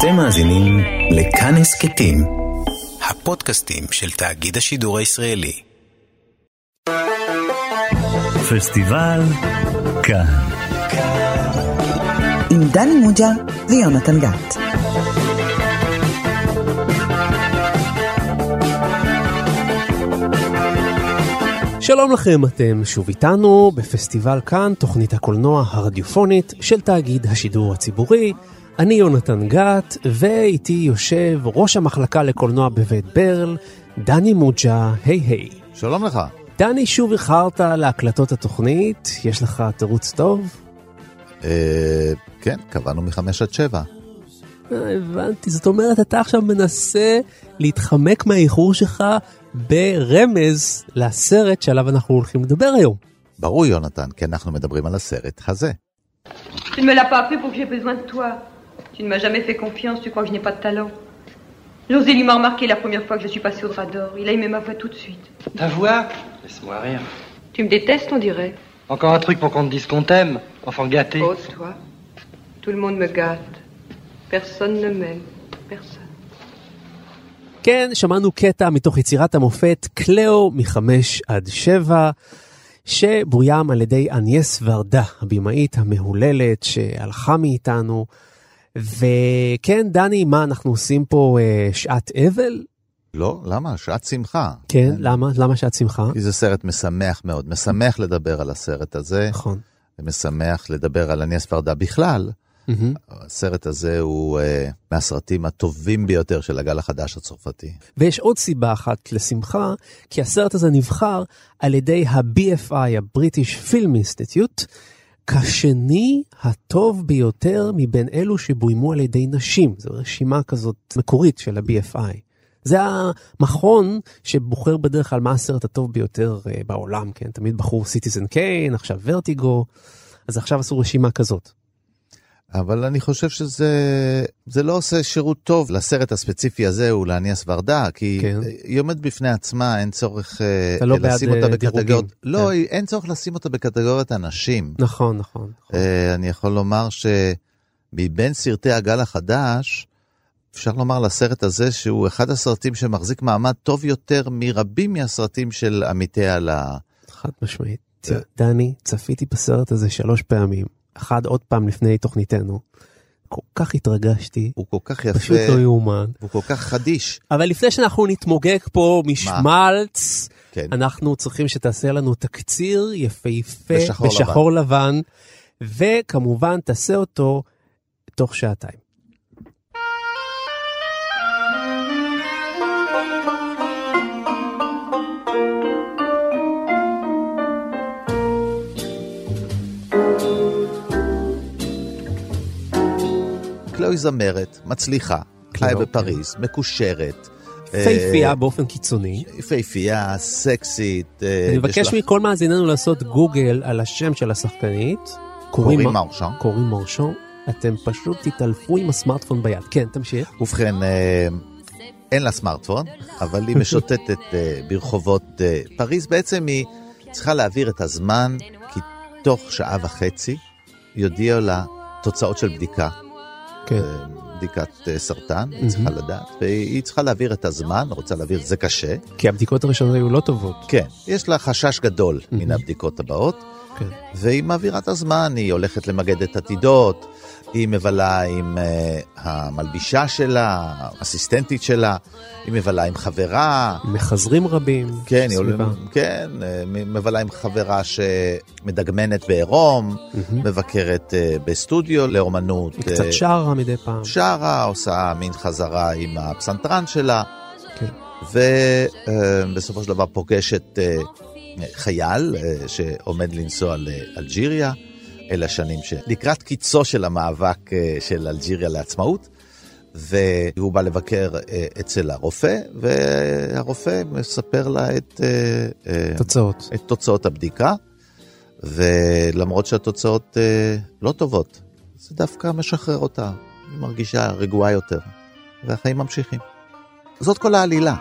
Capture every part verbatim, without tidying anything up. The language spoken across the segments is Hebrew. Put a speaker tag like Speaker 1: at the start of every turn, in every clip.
Speaker 1: אתם מאזינים לכאן הסכתים, הפודקאסטים של תאגיד השידור הישראלי.
Speaker 2: פסטיבל כאן.
Speaker 3: עם דני מוג'ה ויונתן גת.
Speaker 4: שלום לכם, אתם שוב איתנו בפסטיבל כאן, תוכנית הקולנוע הרדיופונית של תאגיד השידור הציבורי. אני יונתן גת, ואיתי יושב ראש המחלקה לקולנוע בבית ברל, דני מוג'ה. היי היי.
Speaker 5: שלום לך.
Speaker 4: דני, שוב איחרת להקלטות התוכנית, יש לך תירוץ טוב?
Speaker 5: אה, כן, קבענו מחמש עד שבע.
Speaker 4: אה, הבנתי, זאת אומרת, אתה עכשיו מנסה להתחמק מהאיחור שלך ברמז לסרט שעליו אנחנו הולכים לדבר היום.
Speaker 5: ברור, יונתן, כי אנחנו מדברים על הסרט הזה.
Speaker 6: Tu ne me l'as pas appris pour que j'ai besoin de toi. Tu ne m'as jamais fait confiance, tu crois que je n'ai pas de talent. José lui m'a remarqué la première fois que je suis passée au drap d'or. Il a aimé ma voix tout de suite.
Speaker 7: Ta voix? Laisse-moi rire.
Speaker 6: Tu me détestes, on dirait.
Speaker 7: Encore un truc pour qu'on te dise qu'on t'aime, enfant gâté.
Speaker 6: Oh, toi. Tout le monde me gâte. Personne ne m'aime. Personne.
Speaker 4: כן, שמענו קטע מתוך יצירת המופת קלאו מחמש עד שבע, שבוים על ידי אניאס ורדה, הבימאית המהוללת שהלכה מאיתנו. וכן, דני, מה אנחנו עושים פה, שעת אבל?
Speaker 5: לא, למה? שעת שמחה.
Speaker 4: כן, למה? למה שעת שמחה?
Speaker 5: כי זה סרט משמח מאוד. משמח לדבר על הסרט הזה.
Speaker 4: נכון.
Speaker 5: משמח לדבר על אניאס ורדה בכלל. Mm-hmm. הסרט הזה הוא uh, מהסרטים הטובים ביותר של הגל החדש הצרפתי.
Speaker 4: ויש עוד סיבה אחת לשמחה, כי הסרט הזה נבחר על ידי ה-בי אף איי, ה-British Film Institute, כשני הטוב ביותר מבין אלו שבוימו על ידי נשים. זו רשימה כזאת מקורית של ה-בי אף איי. זה המכון שבוחר בדרך כלל מה הסרט הטוב ביותר uh, בעולם, כן? תמיד בחור סיטיזן קיין, עכשיו ורטיגו, אז עכשיו עשו רשימה כזאת.
Speaker 5: אבל אני חושב שזה זה לא עושה שירות טוב לסרט הספציפי הזה ולאניאס ורדה, כי כן. היא עומד בפני עצמה, אין צורך
Speaker 4: לא
Speaker 5: לשים אותה בקטגוריות. לא,
Speaker 4: כן.
Speaker 5: אין צורך לשים אותה בקטגוריית אנשים.
Speaker 4: נכון, נכון. נכון.
Speaker 5: אני יכול לומר שמבין סרטי הגל החדש, אפשר לומר לסרט הזה שהוא אחד הסרטים שמחזיק מעמד טוב יותר מרבים מהסרטים של עמיתי על ה...
Speaker 4: חד משמעית. דני, צפיתי בסרט הזה שלוש פעמים. אחד עוד פעם לפני תוכניתנו. כל כך התרגשתי.
Speaker 5: הוא כל כך יפה.
Speaker 4: פשוט לא יאומן.
Speaker 5: הוא כל כך חדיש.
Speaker 4: אבל לפני שאנחנו נתמוגג פה משמלץ,
Speaker 5: כן.
Speaker 4: אנחנו צריכים שתעשה לנו תקציר יפהפה
Speaker 5: בשחור,
Speaker 4: בשחור לבן. לבן, וכמובן תעשה אותו תוך שעתיים.
Speaker 5: קלאו היא זמרת, מצליחה, חיה בפריז, מקושרת.
Speaker 4: פייפייה באופן קיצוני.
Speaker 5: פייפייה, סקסית.
Speaker 4: אני מבקש מכל מאזיננו לעשות גוגל על השם של השחקנית.
Speaker 5: קוראים מרשן.
Speaker 4: קוראים מרשן. אתם פשוט תתעלפו עם הסמארטפון ביד. כן, תמשיך.
Speaker 5: ובכן, אין לה סמארטפון, אבל היא משוטטת ברחובות פריז. בעצם היא צריכה להעביר את הזמן, כי תוך שעה וחצי יודיעו לה תוצאות של בדיקה.
Speaker 4: כן.
Speaker 5: בדיקת סרטן, היא צריכה לדעת, והיא צריכה להעביר את הזמן, רוצה להעביר, זה קשה.
Speaker 4: כי הבדיקות הראשונות היו לא טובות.
Speaker 5: כן, יש לה חשש גדול מן הבדיקות הבאות,
Speaker 4: כן.
Speaker 5: והיא מעבירה את הזמן, היא הולכת למגד את עתידות, היא מבלה עם uh, המלבישה שלה, האסיסטנטית שלה, היא מבלה עם חברה.
Speaker 4: מחזרים רבים.
Speaker 5: כן, היא עולה, כן, מבלה עם חברה שמדגמנת בעירום, mm-hmm. מבקרת uh, בסטודיו לאומנות.
Speaker 4: היא קצת שרה מדי פעם.
Speaker 5: שרה, עושה מין חזרה עם הפסנתרן שלה.
Speaker 4: כן.
Speaker 5: ובסופו uh, של דבר פוגשת uh, חייל uh, שעומד לנסוע לאלג'יריה. אלה שנים שלקראת קיצו של המאבק של אלג'יריה לעצמאות, והוא בא לבקר אצל הרופא, והרופא מספר לה את
Speaker 4: תוצאות,
Speaker 5: את תוצאות הבדיקה, ולמרות שהתוצאות לא טובות, זה דווקא משחרר אותה, היא מרגישה רגועה יותר, והחיים ממשיכים. זאת כל העלילה.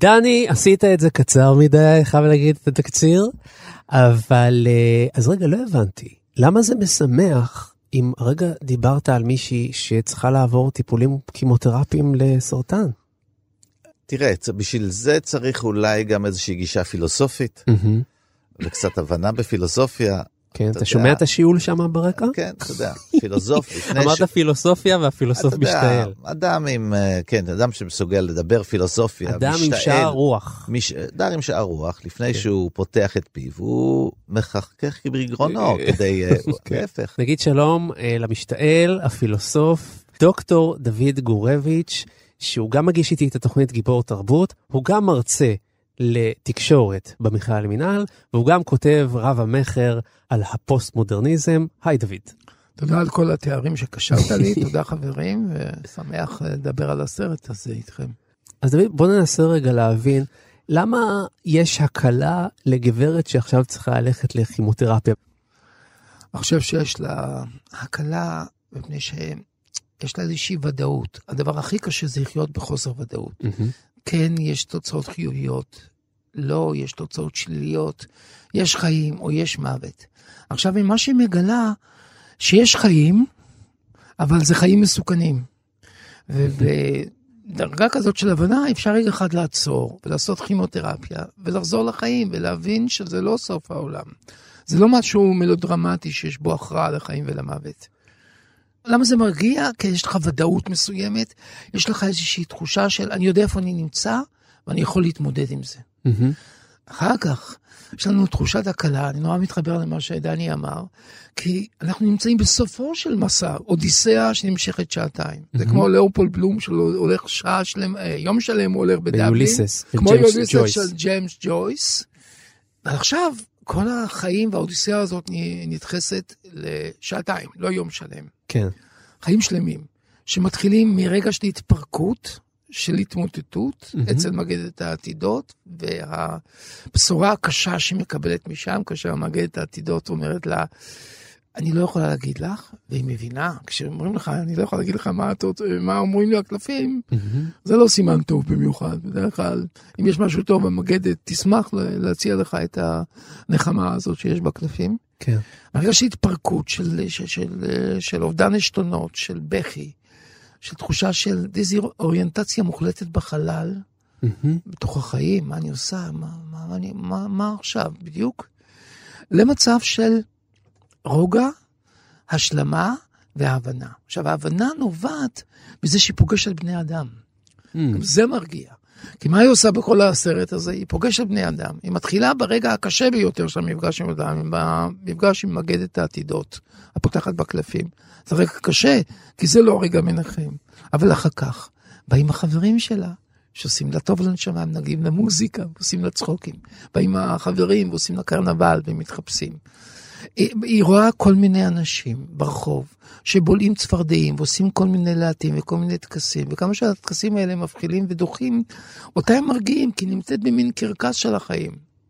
Speaker 4: דני, עשית את זה קצר מדי, חייב להגיד את התקציר, אבל אז רגע, לא הבנתי. למה זה משמח אם הרגע דיברת על מישהי שצריכה לעבור טיפולים כימותרפיים לסרטן?
Speaker 5: תראה, בשביל זה צריך אולי גם איזושהי גישה פילוסופית, וקצת הבנה בפילוסופיה.
Speaker 4: כן, אתה שומע את השיעול שם ברקע?
Speaker 5: כן, אתה יודע, פילוסוף.
Speaker 4: אמרת פילוסופיה והפילוסוף משתעל.
Speaker 5: אדם עם, כן, אדם שמסוגל לדבר פילוסופיה,
Speaker 4: אדם עם שער רוח.
Speaker 5: אדם עם שער רוח, לפני שהוא פותח את פיו, הוא מחכך בגרונו, כדי, להפך.
Speaker 4: נגיד שלום למשתעל, הפילוסוף, דוקטור דוד גורביץ', שהוא גם מגיש איתי את התוכנית גיבור תרבות, הוא גם מרצה לתקשורת במכללה למינהל, והוא גם כותב רב המחר על הפוסט-מודרניזם. היי דוד.
Speaker 8: תודה על כל התארים שקשרת לי, תודה חברים, ושמח לדבר על הסרט הזה איתכם.
Speaker 4: אז דוד, בוא ננסה רגע להבין, למה יש הקלה לגברת שעכשיו צריכה ללכת לכימותרפיה?
Speaker 8: אני חושב שיש לה הקלה, מפני שיש לה איזושהי ודאות. הדבר הכי קשה זה לחיות בחוסר ודאות. Mm-hmm. כן, יש תוצאות חיוביות, לא, יש תוצאות שליליות, יש חיים או יש מוות. עכשיו, מה שהיא מגלה, שיש חיים, אבל זה חיים מסוכנים. ובדרגה כזאת של הבנה, אפשר רגע אחד לעצור, ולעשות כימותרפיה, ולחזור לחיים, ולהבין שזה לא סוף העולם. זה לא משהו מלודרמטי שיש בו הכרעה לחיים ולמוות. למה זה מרגיע? כי יש לך ודאות מסוימת, יש לך איזושהי תחושה של, אני יודע איפה אני נמצא, ואני יכול להתמודד עם זה. Mm-hmm. אחר כך, יש לנו תחושת הקלה, אני נורא מתחבר למה שדני אמר, כי אנחנו נמצאים בסופו של מסע, אודיסאה שנמשכת שעתיים. Mm-hmm. זה כמו לאופול בלום, שהולך שעה שלם, יום שלם הוא הולך בדבלין.
Speaker 4: ביוליסס,
Speaker 8: כמו יוליסס של ג'יימס ג'ויס. ועכשיו, כל החיים והאודיסאה הזאת נדחסת לשעתיים, לא יום שלם.
Speaker 4: כן.
Speaker 8: חיים שלמים, שמתחילים מרגע של התפרקות, של התמוטטות, mm-hmm. אצל מגדת העתידות, והבשורה הקשה שמקבלת משם, כאשר מגדת העתידות אומרת לה, אני לא יכולה להגיד לך, והיא מבינה, כשאומרים לך, אני לא יכולה להגיד לך מה, מה אומרים לי הקלפים, mm-hmm. זה לא סימן טוב במיוחד, בדרך כלל, אם יש משהו טוב, המגדת תשמח להציע לך את הנחמה הזאת שיש בקלפים.
Speaker 4: כן.
Speaker 8: הרגע של התפרקות, של, של, של, של אובדן השתונות, של בכי, של תחושה של דיזאוריינטציה מוחלטת בחלל, mm-hmm. בתוך החיים, מה אני עושה, מה, מה, מה, מה, מה עכשיו, בדיוק, למצב של רוגע, השלמה וההבנה. עכשיו, ההבנה נובעת בזה שהיא פוגשת בני אדם. Mm. זה מרגיע. כי מה היא עושה בכל הסרט הזה? היא פוגשת בני אדם. היא מתחילה ברגע הקשה ביותר של המפגש עם אדם, במפגש עם מגדת העתידות, הפותחת בקלפים. זה רגע קשה, כי זה לא רגע מנחם. אבל אחר כך, באים החברים שלה, שעושים לה טוב לנשמה, מנגנים למוזיקה, ועושים לה צחוקים. באים החברים, ועושים לה קרנבל, ומתחפשים. היא, היא רואה כל מיני אנשים ברחוב, שבולעים צפרדעים, ועושים כל מיני להטים, וכל מיני תקסים, וכמה שהתקסים האלה מפחילים ודוחים, אותה הם מרגיעים, כי נמצאת במין קרקס של החיים.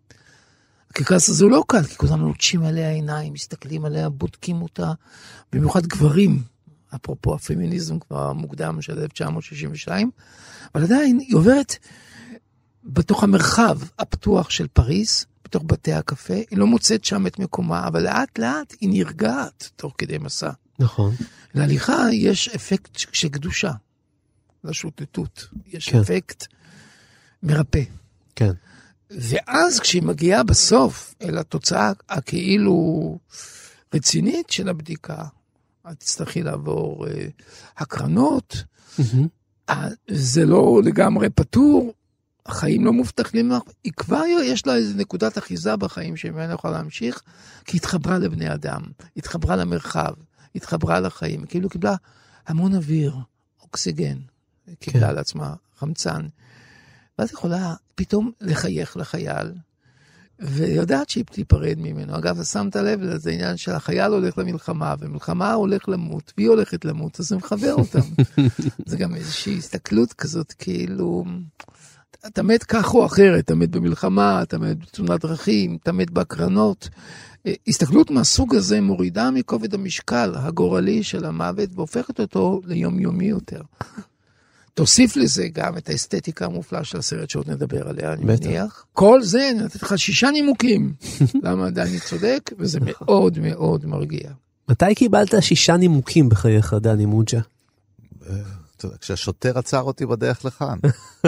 Speaker 8: הקרקס הזה הוא לא קל, כי כולם לוטשים עליה עיניים, מסתכלים עליה, בודקים אותה, במיוחד גברים, אפרופו הפמיניזם כבר מוקדם של אלף תשע מאות שישים ושתיים, אבל עדיין היא עוברת בתוך המרחב הפתוח של פריז, בתוך בתי הקפה, היא לא מוצאת שם את מקומה, אבל לאט לאט היא נרגעת תוך כדי מסע.
Speaker 4: נכון.
Speaker 8: להליכה יש אפקט של קדושה, לשוטטות. יש
Speaker 4: כן.
Speaker 8: אפקט מרפא.
Speaker 4: כן.
Speaker 8: ואז כשהיא מגיעה בסוף אל התוצאה הכאילו רצינית של הבדיקה, את תצטרכי לעבור אה, הקרנות, mm-hmm. זה לא לגמרי פתור, החיים לא מובטחים לך, היא כבר יש לה איזו נקודת אחיזה בחיים שממנה יכולה להמשיך, כי היא התחברה לבני אדם, היא התחברה למרחב, היא התחברה לחיים, היא כאילו קיבלה המון אוויר, אוקסיגן, היא קיבלה כן. לעצמה חמצן, ואז יכולה פתאום לחייך לחייל, ויודעת שהיא תיפרד ממנו. אגב, שמת לב לזה עניין של החייל הולך למלחמה, ומלחמה הולך למות, והיא הולכת למות, אז זה מחבר אותם. זה גם איזושהי הסתכלות כזאת, כאילו, אתה מת כך או אחרת, אתה מת במלחמה, אתה מת בתאונת דרכים, אתה מת בהקרנות. הסתכלות מהסוג הזה מורידה מכובד המשקל הגורלי של המוות, והופכת אותו ליומיומי יותר. תוסיף לזה גם את האסתטיקה המופלאה של הסרט שעוד נדבר עליה, אני מניח. כל זה, אני נתת לך שישה נימוקים. למה דני צודק, וזה מאוד מאוד מרגיע.
Speaker 4: מתי קיבלת שישה נימוקים בחייך, דני מוג'ה?
Speaker 5: כשהשוטר עצר אותי בדרך לכאן.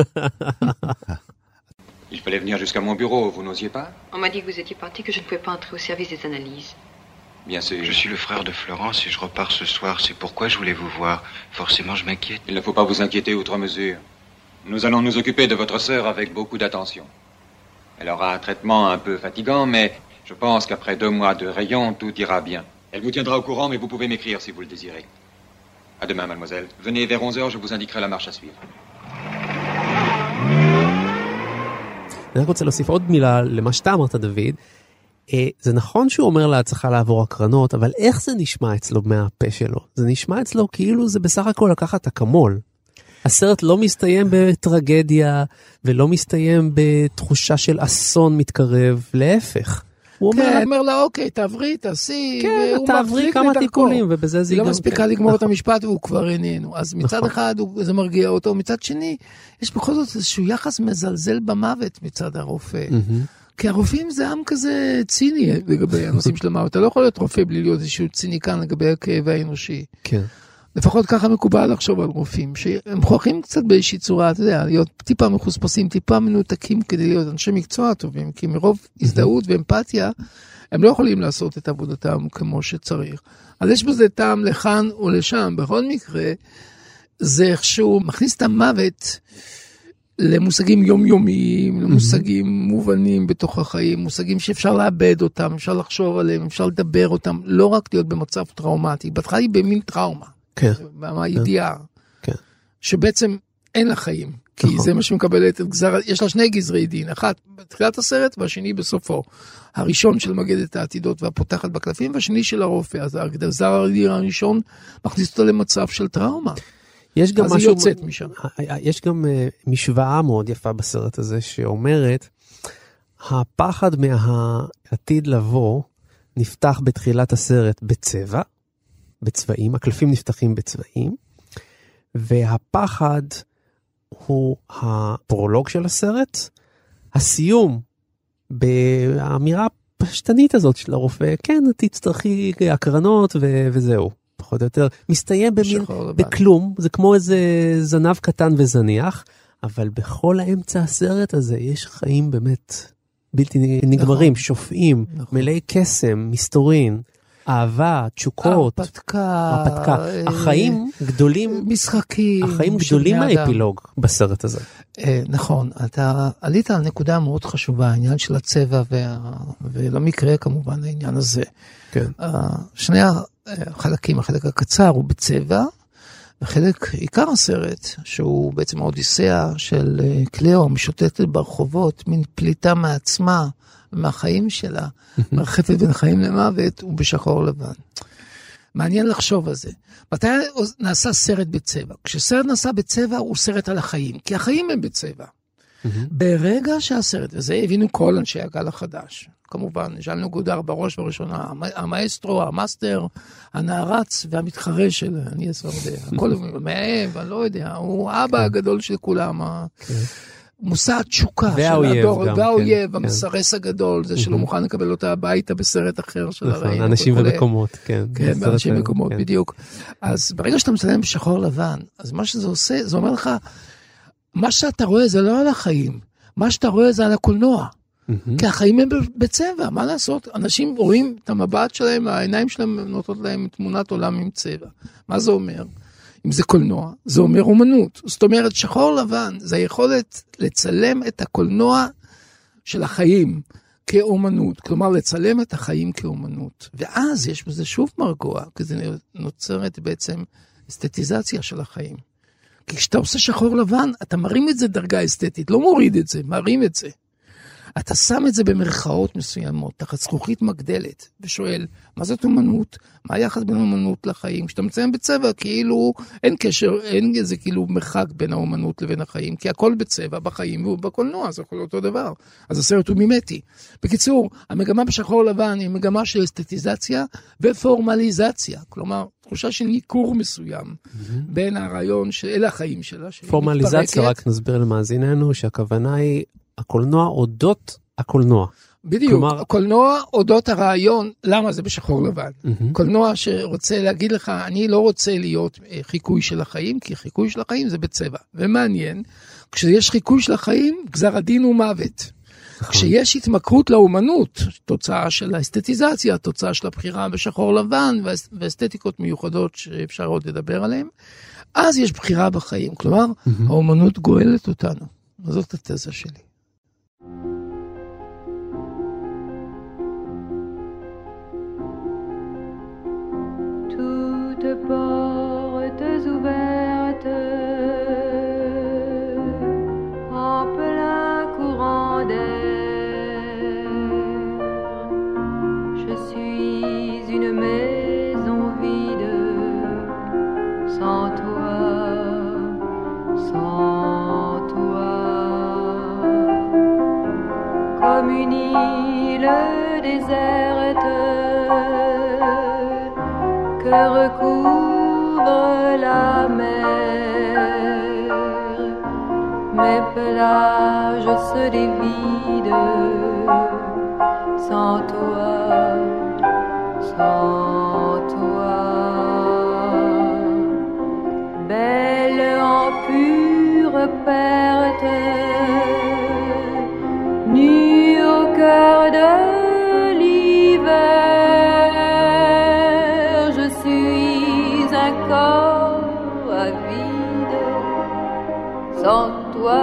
Speaker 9: Il fallait venir jusqu'à mon bureau, vous n'osiez pas?
Speaker 6: On m'a dit que vous étiez parti, que je ne pouvais pas entrer au service des analyses.
Speaker 9: Bien sûr.
Speaker 10: Je suis le frère de Florence et je repars ce soir. C'est pourquoi je voulais vous voir. Forcément, je m'inquiète.
Speaker 9: Il ne faut pas vous inquiéter outre mesure. Nous allons nous occuper de votre sœur avec beaucoup d'attention. Elle aura un traitement un peu fatigant, mais je pense qu'après deux mois de rayon, tout ira bien. Elle vous tiendra au courant, mais vous pouvez m'écrire si vous le désirez. À demain, mademoiselle. Venez vers onze heures, je vous indiquerai la marche à suivre.
Speaker 4: אני רק רוצה להוסיף עוד מילה למה שאתה אמרת, דוד. זה נכון שהוא אומר לה צריכה לעבור הקרנות, אבל איך זה נשמע אצלו מהפה שלו? זה נשמע אצלו כאילו זה בסך הכל לקחת אקמול. הסרט לא מסתיים בטרגדיה, ולא מסתיים בתחושה של אסון מתקרב, להפך. הוא
Speaker 8: כן, אומר לה, אוקיי, תעברי, תעשי.
Speaker 4: כן, תעברי כמה טיפולים, ובזה זה
Speaker 8: היא לא מספיקה לגמור את המשפט, והוא כבר איננו. אז מצד אחד זה מרגיע אותו, מצד שני, יש בכל זאת איזשהו יחס מזלזל במוות מצד הרופא. כי הרופאים זה עם כזה ציני לגבי הנושאים של המוות. אתה לא יכול להיות רופא בלי להיות איזשהו ציניקן לגבי הכאב האנושי.
Speaker 4: כן.
Speaker 8: לפחות ככה מקובל לחשוב על רופאים, שהם מוכרחים קצת באיזושהי צורה, אתה יודע, להיות טיפה מחוספסים, טיפה מנותקים כדי להיות אנשי מקצוע טובים, כי מרוב הזדהות ואמפתיה, הם לא יכולים לעשות את עבודתם כמו שצריך. אז יש בזה טעם לכאן או לשם. בכל מקרה, זה איכשהו מכניס את המוות למושגים יומיומיים, למושגים מובנים בתוך החיים, מושגים שאפשר לאבד אותם, אפשר לחשוב עליהם, אפשר לדבר אותם, לא רק להיות במצב טראומטי. בהתחלה היא במין טראומה.
Speaker 4: כן.
Speaker 8: מהידיעה.
Speaker 4: כן.
Speaker 8: שבעצם אין לה חיים. כי זה מה שמקבלת את גזר, יש לה שני גזרי דין, אחת בתחילת הסרט והשני בסופו. הראשון של מגדת העתידות והפותחת בקלפים, והשני של הרופא. אז הגזר הדין הראשון מכניס אותו למצב של טראומה.
Speaker 4: יש גם
Speaker 8: אז
Speaker 4: משהו,
Speaker 8: היא יוצאת משם.
Speaker 4: יש גם משוואה מאוד יפה בסרט הזה, שאומרת, הפחד מהעתיד לבוא, נפתח בתחילת הסרט בצבע, בצבעים, הקלפים נפתחים בצבעים, והפחד הוא הפרולוג של הסרט, הסיום באמירה הפשטנית הזאת של הרופא, כן, תצטרכי הקרנות ו- וזהו, פחות או יותר, מסתיים במין, בכלום, זה כמו איזה זנב קטן וזניח, אבל בכל האמצע הסרט הזה יש חיים באמת בלתי נגמרים, נכון. שופעים, נכון. מלאי קסם, מסתורין, אהבה, תשוקות,
Speaker 8: הרפתקה,
Speaker 4: הרפתקה. החיים גדולים,
Speaker 8: משחקים,
Speaker 4: החיים גדולים מהאפילוג בסרט הזה.
Speaker 8: נכון, אתה עלית על נקודה מאוד חשובה, העניין של הצבע, ולא מקרה כמובן העניין הזה.
Speaker 4: כן.
Speaker 8: שני החלקים, החלק הקצר הוא בצבע, וחלק עיקר הסרט, שהוא בעצם האודיסאה של קליאו, המשוטטת ברחובות, מין פליטה מעצמה, מהחיים שלה, מרחפת בין חיים למוות, הוא בשחור לבן. מעניין לחשוב על זה. מתי נעשה סרט בצבע? כשסרט נעשה בצבע, הוא סרט על החיים, כי החיים הם בצבע. ברגע שהסרט, וזה הבינו כל אנשי הגל החדש, כמובן, ז'אן לוק גודר בראש ובראשונה, המאסטרו, המאסטר, הנערץ והמתחרה של, אני אסור יודע, הכל מאהב, אני לא יודע, הוא האבא הגדול של כולם, מושא התשוקה, והאויב, המסרס הגדול, זה שלא מוכן לקבל אותה הביתה בסרט אחר של הרעים.
Speaker 4: אנשים ומקומות, כן.
Speaker 8: כן, אנשים ומקומות, בדיוק. אז ברגע שאתה מצלם בשחור לבן, אז מה שזה עושה, זה אומר לך, מה שאתה רואה זה לא על החיים, מה שאתה רואה זה על הקולנוע. כי החיים הם בצבע, מה לעשות? אנשים רואים את המבט שלהם, העיניים שלהם נותנות להם תמונת עולם עם צבע. מה זה אומר? אם זה קולנוע, זה אומר אומנות. זאת אומרת, שחור לבן, זה היכולת לצלם את הקולנוע של החיים כאומנות. כלומר, לצלם את החיים כאומנות. ואז יש בזה שוב מרגוע, כי זה נוצרת בעצם אסתטיזציה של החיים. כי כשאתה עושה שחור לבן, אתה מרים את זה דרגה אסתטית, לא מוריד את זה, מרים את זה. אתה שם את זה במרכאות מסוימות, תחת זכוכית מגדלת, ושואל, מה זאת אומנות? מה היחס בין אומנות לחיים? כשאתה מציין בצבע, כאילו אין קשר, אין איזה כאילו מרחק בין האומנות לבין החיים, כי הכל בצבע, בחיים ובקולנוע, זה יכול אותו דבר. אז הסרט הוא מימטי. בקיצור, המגמה בשחור לבן היא מגמה של אסתטיזציה ופורמליזציה, כלומר, תחושה של ניכור מסוים, בין הרעיון של אלה החיים שלה.
Speaker 4: פורמליזציה, רק נסביר למאזיננו, שהכוונה היא הקולנוע אודות הקולנוע.
Speaker 8: בדיוק, כלומר... קולנוע אודות הרעיון, למה זה בשחור לבן? Mm-hmm. קולנוע שרוצה להגיד לך, אני לא רוצה להיות חיקוי של החיים, כי חיקוי של החיים זה בצבע. ומעניין, כשיש חיקוי של החיים, גזר הדין הוא מוות. כשיש התמכרות לאומנות, תוצאה של האסתטיזציה, תוצאה של הבחירה בשחור לבן, ואסתטיקות מיוחדות שאפשר עוד לדבר עליהן, אז יש בחירה בחיים. כלומר, mm-hmm. האומנות גואלת אותנו. זאת התזה שלי.
Speaker 6: Toutes portes ouvertes en plein courant d'air. Je suis une maison vide sans toi, sans toi. Comme une île déserte que recouvre la mer, mes plages se dévident sans toi, sans toi. Belle en pure perte, nue au cœur de l'hiver. Corps à vide, sans toi,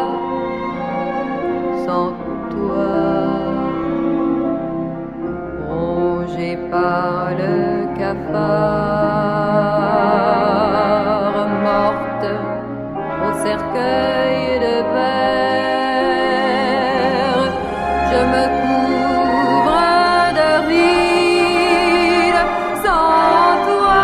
Speaker 6: sans toi, rongé par le cafard, morte au cercueil de verre, je me couvre de vide, sans toi.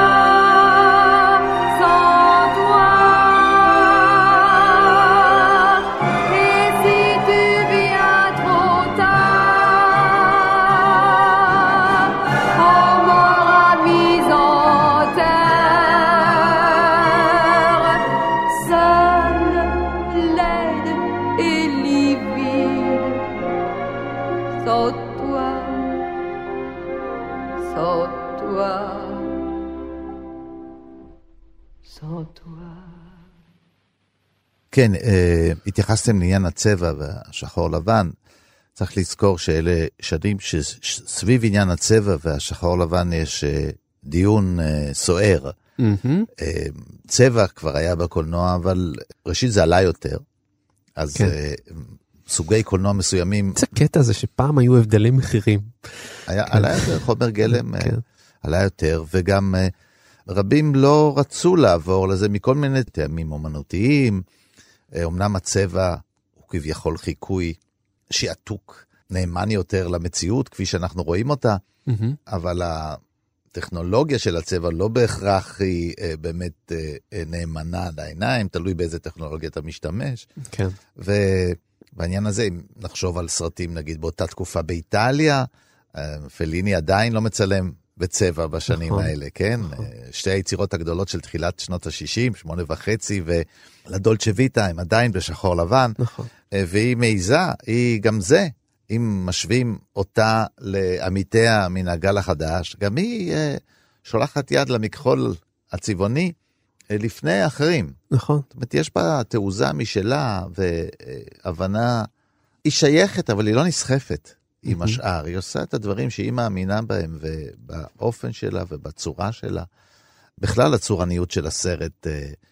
Speaker 5: כן, התייחסתם לעניין הצבע והשחור לבן. צריך לזכור שאלה שנים שסביב עניין הצבע והשחור לבן יש דיון סוער. צבע כבר היה בקולנוע, אבל ראשית זה עלה יותר. אז סוגי קולנוע מסוימים...
Speaker 4: זה קטע זה שפעם היו הבדלים מחירים.
Speaker 5: עלה יותר, חומר גלם עלה יותר, וגם רבים לא רצו לעבור לזה מכל מיני טעמים אומנותיים. אמנם הצבע הוא כביכול חיקוי שעתוק, נאמן יותר למציאות, כפי שאנחנו רואים אותה, mm-hmm. אבל הטכנולוגיה של הצבע לא בהכרח היא באמת נאמנה לעיניים, תלוי באיזה טכנולוגיה אתה משתמש. כן. ובעניין הזה, אם נחשוב על סרטים, נגיד באותה תקופה באיטליה, פליני עדיין לא מצלם בצבע בשנים נכון, האלה, כן? נכון. שתי היצירות הגדולות של תחילת שנות ה-שישים, שמונה וחצי, ולדולצ'ה ויטה, הם עדיין בשחור לבן, נכון. והיא מעיזה, היא גם זה, אם משווים אותה לעמיתיה מן הגל החדש, גם היא שולחת יד למכחול הצבעוני לפני אחרים. נכון. זאת אומרת, יש בה תעוזה משלה והבנה, היא שייכת, אבל היא לא נסחפת. עם השאר, היא עושה את הדברים שהיא מאמינה בהם, ובאופן שלה ובצורה שלה. בכלל הצורניות של הסרט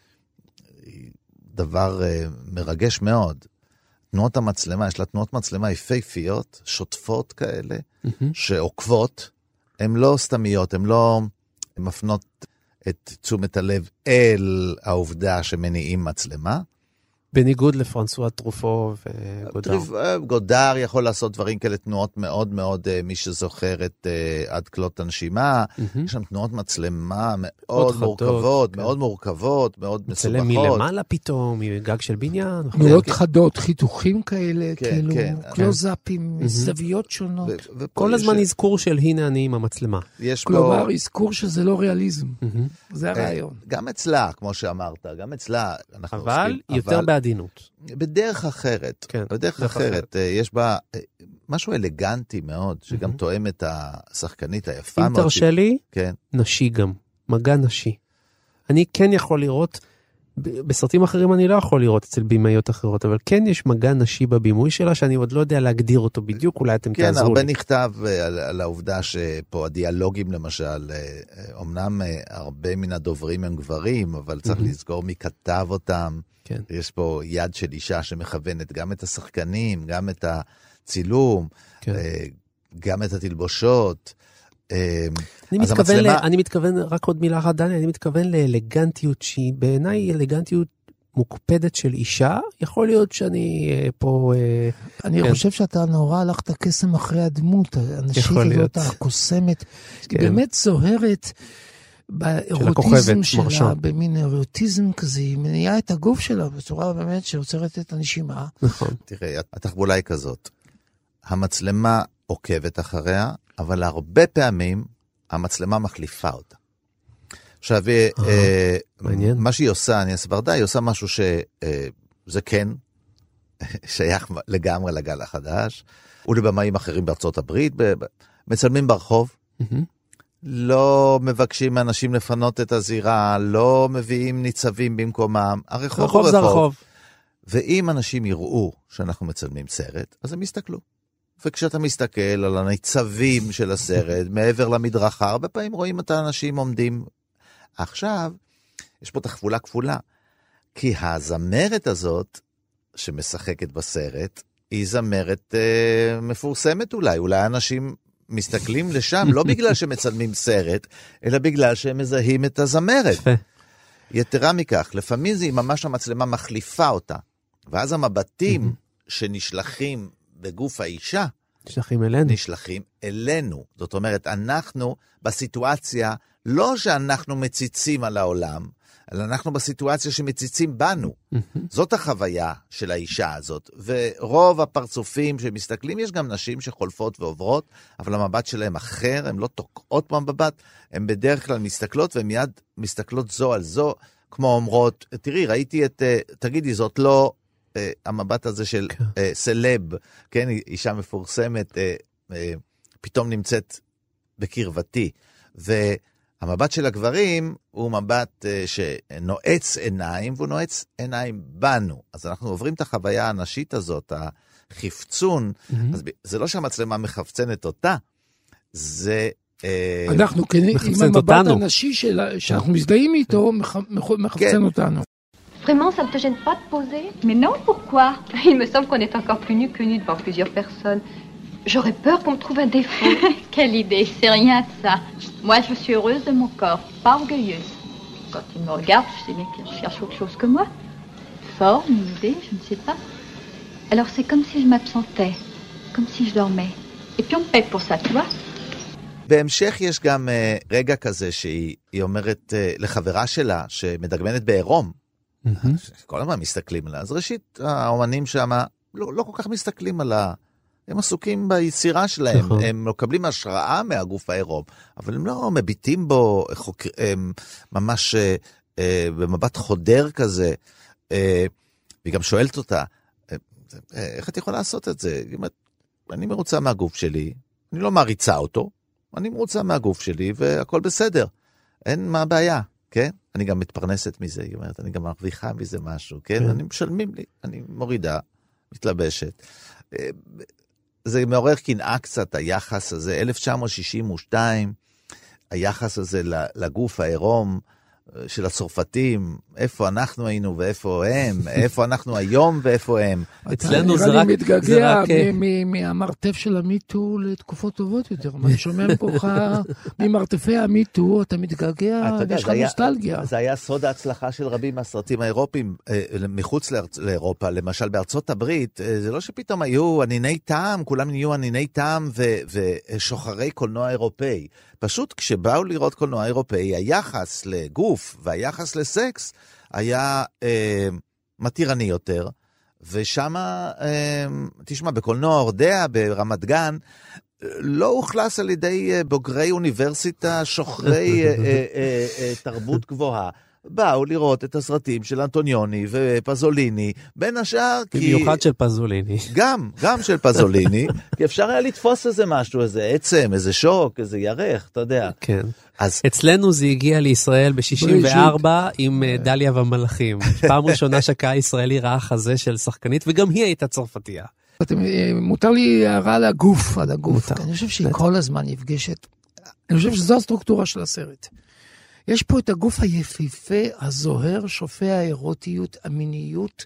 Speaker 5: היא דבר מרגש מאוד. תנועות המצלמה, יש לה תנועות מצלמה יפהפיות, שוטפות כאלה, שעוקבות, הן לא סתמיות, הן לא מפנות את תשומת הלב אל העובדה שמניעים מצלמה,
Speaker 4: בניגוד לפרנסואה טרופו וגודר.
Speaker 5: גודר יכול לעשות דברים כאלה, תנועות מאוד מאוד, מי שזוכר את עד כלות הנשימה, יש שם תנועות מצלמה מאוד מורכבות, מאוד מורכבות, מאוד מסובכות.
Speaker 4: מצלם מלמעלה פתאום, מגג של בניין.
Speaker 8: מאוד חדות, חיתוכים כאלה, כאילו, קלוזאפים, זוויות שונות.
Speaker 4: כל הזמן אזכור של הנה אני עם המצלמה.
Speaker 8: כלומר, אזכור שזה לא ריאליזם. זה הרעיון.
Speaker 5: גם אצלה, כמו שאמרת, גם אצלה,
Speaker 4: אבל יותר בעדינות.
Speaker 5: בדרך אחרת, כן, בדרך אחרת, יש בה משהו אלגנטי מאוד, שגם תואם את השחקנית היפה מאוד.
Speaker 4: אם תרשה לי,
Speaker 5: כן.
Speaker 4: נשי גם, מגע נשי. אני כן יכול לראות, בסרטים אחרים אני לא יכול לראות אצל בימאיות אחרות, אבל כן יש מגע נשי בבימוי שלה, שאני עוד לא יודע להגדיר אותו בדיוק, אולי אתם
Speaker 5: כן,
Speaker 4: תעזרו לי.
Speaker 5: כן, הרבה נכתב על, על העובדה שפה הדיאלוגים למשל, אמנם הרבה מן הדוברים הם גברים, אבל צריך לזכור מי כתב אותם.
Speaker 4: כן.
Speaker 5: יש פה יד של אישה שמכוונת גם את השחקנים, גם את הצילום, כן. גם את התלבושות.
Speaker 4: אני מתכוון, המצלמה... ל... אני מתכוון, רק עוד מילה אחת, דני, אני מתכוון לאלגנטיות שהיא בעיניי אלגנטיות מוקפדת של אישה. יכול להיות שאני פה...
Speaker 8: אני כן. חושב שאתה נורא הלכת קסם אחרי הדמות, הנשית הזאת הקוסמת, כן. באמת זוהרת באירוטיזם שלה, שלה במין אירוטיזם כזה, היא מניעה את הגוף שלה בצורה באמת שעוצרת את הנשימה.
Speaker 5: נכון. תראה, התחבולה היא כזאת. המצלמה עוקבת אחריה, אבל הרבה פעמים המצלמה מחליפה אותה. עכשיו, מה שהיא עושה, אני אסבר די, היא עושה משהו שזה כן שייך לגמרי לגל החדש, ולבמאים אחרים בארצות הברית, מצלמים ברחוב, לא מבקשים מאנשים לפנות את הזירה, לא מביאים ניצבים במקומם, הרחוב הוא רחוב. ואם אנשים יראו שאנחנו מצלמים סרט, אז הם יסתכלו. וכשאתה מסתכל על הניצבים של הסרט, מעבר למדרכה, הרבה פעמים רואים את האנשים עומדים. עכשיו, יש פה תחבולה כפולה, כי הזמרת הזאת, שמשחקת בסרט, היא זמרת אה, מפורסמת אולי, אולי אנשים מסתכלים לשם, לא בגלל שמצלמים סרט, אלא בגלל שהם מזהים את הזמרת. יתרה מכך, לפעמים זה ממש המצלמה מחליפה אותה, ואז המבטים שנשלחים בגוף האישה,
Speaker 4: נשלחים אלינו.
Speaker 5: נשלחים אלינו. זאת אומרת, אנחנו בסיטואציה, לא שאנחנו מציצים על העולם, אלא אנחנו בסיטואציה שמציצים בנו. זאת החוויה של האישה הזאת. ורוב הפרצופים שמסתכלים, יש גם נשים שחולפות ועוברות, אבל המבט שלהם אחר, הן לא תוקעות במבט, הן בדרך כלל מסתכלות, והן מיד מסתכלות זו על זו, כמו אומרות, תראי, ראיתי את, תגידי, זאת לא... המבט הזה של סלב, כן, אישה מפורסמת, פתאום נמצאת בקרבתי. והמבט של הגברים הוא מבט שנועץ עיניים, והוא נועץ עיניים בנו. אז אנחנו עוברים את החוויה הנשית הזאת, החפצון, אז זה לא שהמצלמה מחפצנת אותה, זה...
Speaker 8: אנחנו, עם המבט הנשי שאנחנו מזדהים איתו, מחפצן אותנו.
Speaker 6: Vraiment, ça ne te gêne pas de poser? Mais non, pourquoi? Il me semble qu'on est encore plus nus que nus devant plusieurs personnes. J'aurais peur qu'on me trouve un défaut.
Speaker 11: Quelle idée, c'est rien de ça. Moi, je suis heureuse de mon corps, pas orgueilleuse. Quand il me regarde, je sais bien qu'il cherche autre chose que moi. Forme, une idée, je ne sais pas. Alors c'est comme si je m'absentais, comme si je dormais. Et puis on me paye pour ça, tu vois?
Speaker 5: בהמשך יש גם uh, רגע כזה שהיא אומרת uh, לחברה שלה שמדגמנת בעירום, כל הזמן מסתכלים עליה. אז ראשית, האומנים שם לא, לא כל כך מסתכלים על ה... הם עסוקים ביצירה שלהם, הם מקבלים השראה מהגוף העירום, אבל הם לא מביטים בו הם ממש במבט חודר כזה. והיא גם שואלת אותה, איך את יכולה לעשות את זה? אני מרוצה מהגוף שלי, אני לא מעריצה אותו, אני מרוצה מהגוף שלי, והכל בסדר. אין מה הבעיה, כן? אני גם מתפרנסת מזה, היא אומרת, אני גם מרוויחה מזה משהו, כן? אני משלמים לי, אני מורידה, מתלבשת. זה מעורר קנאה קצת, היחס הזה, אלף תשע מאות שישים ושתיים, היחס הזה לגוף העירום, של הצרפתים, איפה אנחנו היינו ואיפה הם, איפה אנחנו היום ואיפה הם.
Speaker 4: אצלנו זה רק...
Speaker 8: אני מתגעגע מהמרתף של המיטו לתקופות טובות יותר. אני שומע מפוך ממרתפי המיטו, אתה מתגעגע, ויש לך נוסטלגיה.
Speaker 5: זה היה סוד ההצלחה של רבים מהסרטים האירופיים, מחוץ לאירופה, למשל בארצות הברית, זה לא שפתאום היו עניני טעם, כולם נהיו עניני טעם ושוחרי קולנוע אירופאי. פשוט כשבאו לראות קולנוע אירופאי, היחס לגוף והיחס לסקס היה אה, מתירני יותר, ושם, אה, תשמע, בקולנוע אורדע, ברמת גן, לא הוכלס על ידי בוגרי אוניברסיטה, שוחרי אה, אה, אה, אה, תרבות גבוהה. באו לראות את הסרטים של אנטוניוני ופזוליני, בין השאר כי...
Speaker 4: במיוחד של פזוליני.
Speaker 5: גם, גם של פזוליני, כי אפשר היה לתפוס איזה משהו, איזה עצם, איזה שוק, איזה ירח, אתה יודע.
Speaker 4: כן.
Speaker 5: אז...
Speaker 4: אצלנו זה הגיע לישראל ב-שישים וארבע עם דליה והמלאכים. פעם ראשונה שקה ישראלי ראה חזה של שחקנית, וגם היא הייתה צרפתייה.
Speaker 8: מותר לי הערה על הגוף, על הגוף. אני חושב שהיא כל הזמן נפגשת. אני חושב שזו הסטרוקטורה של הסרט. יש פה את הגוף היפיפה, הזוהר, שופע האירוטיות, המיניות,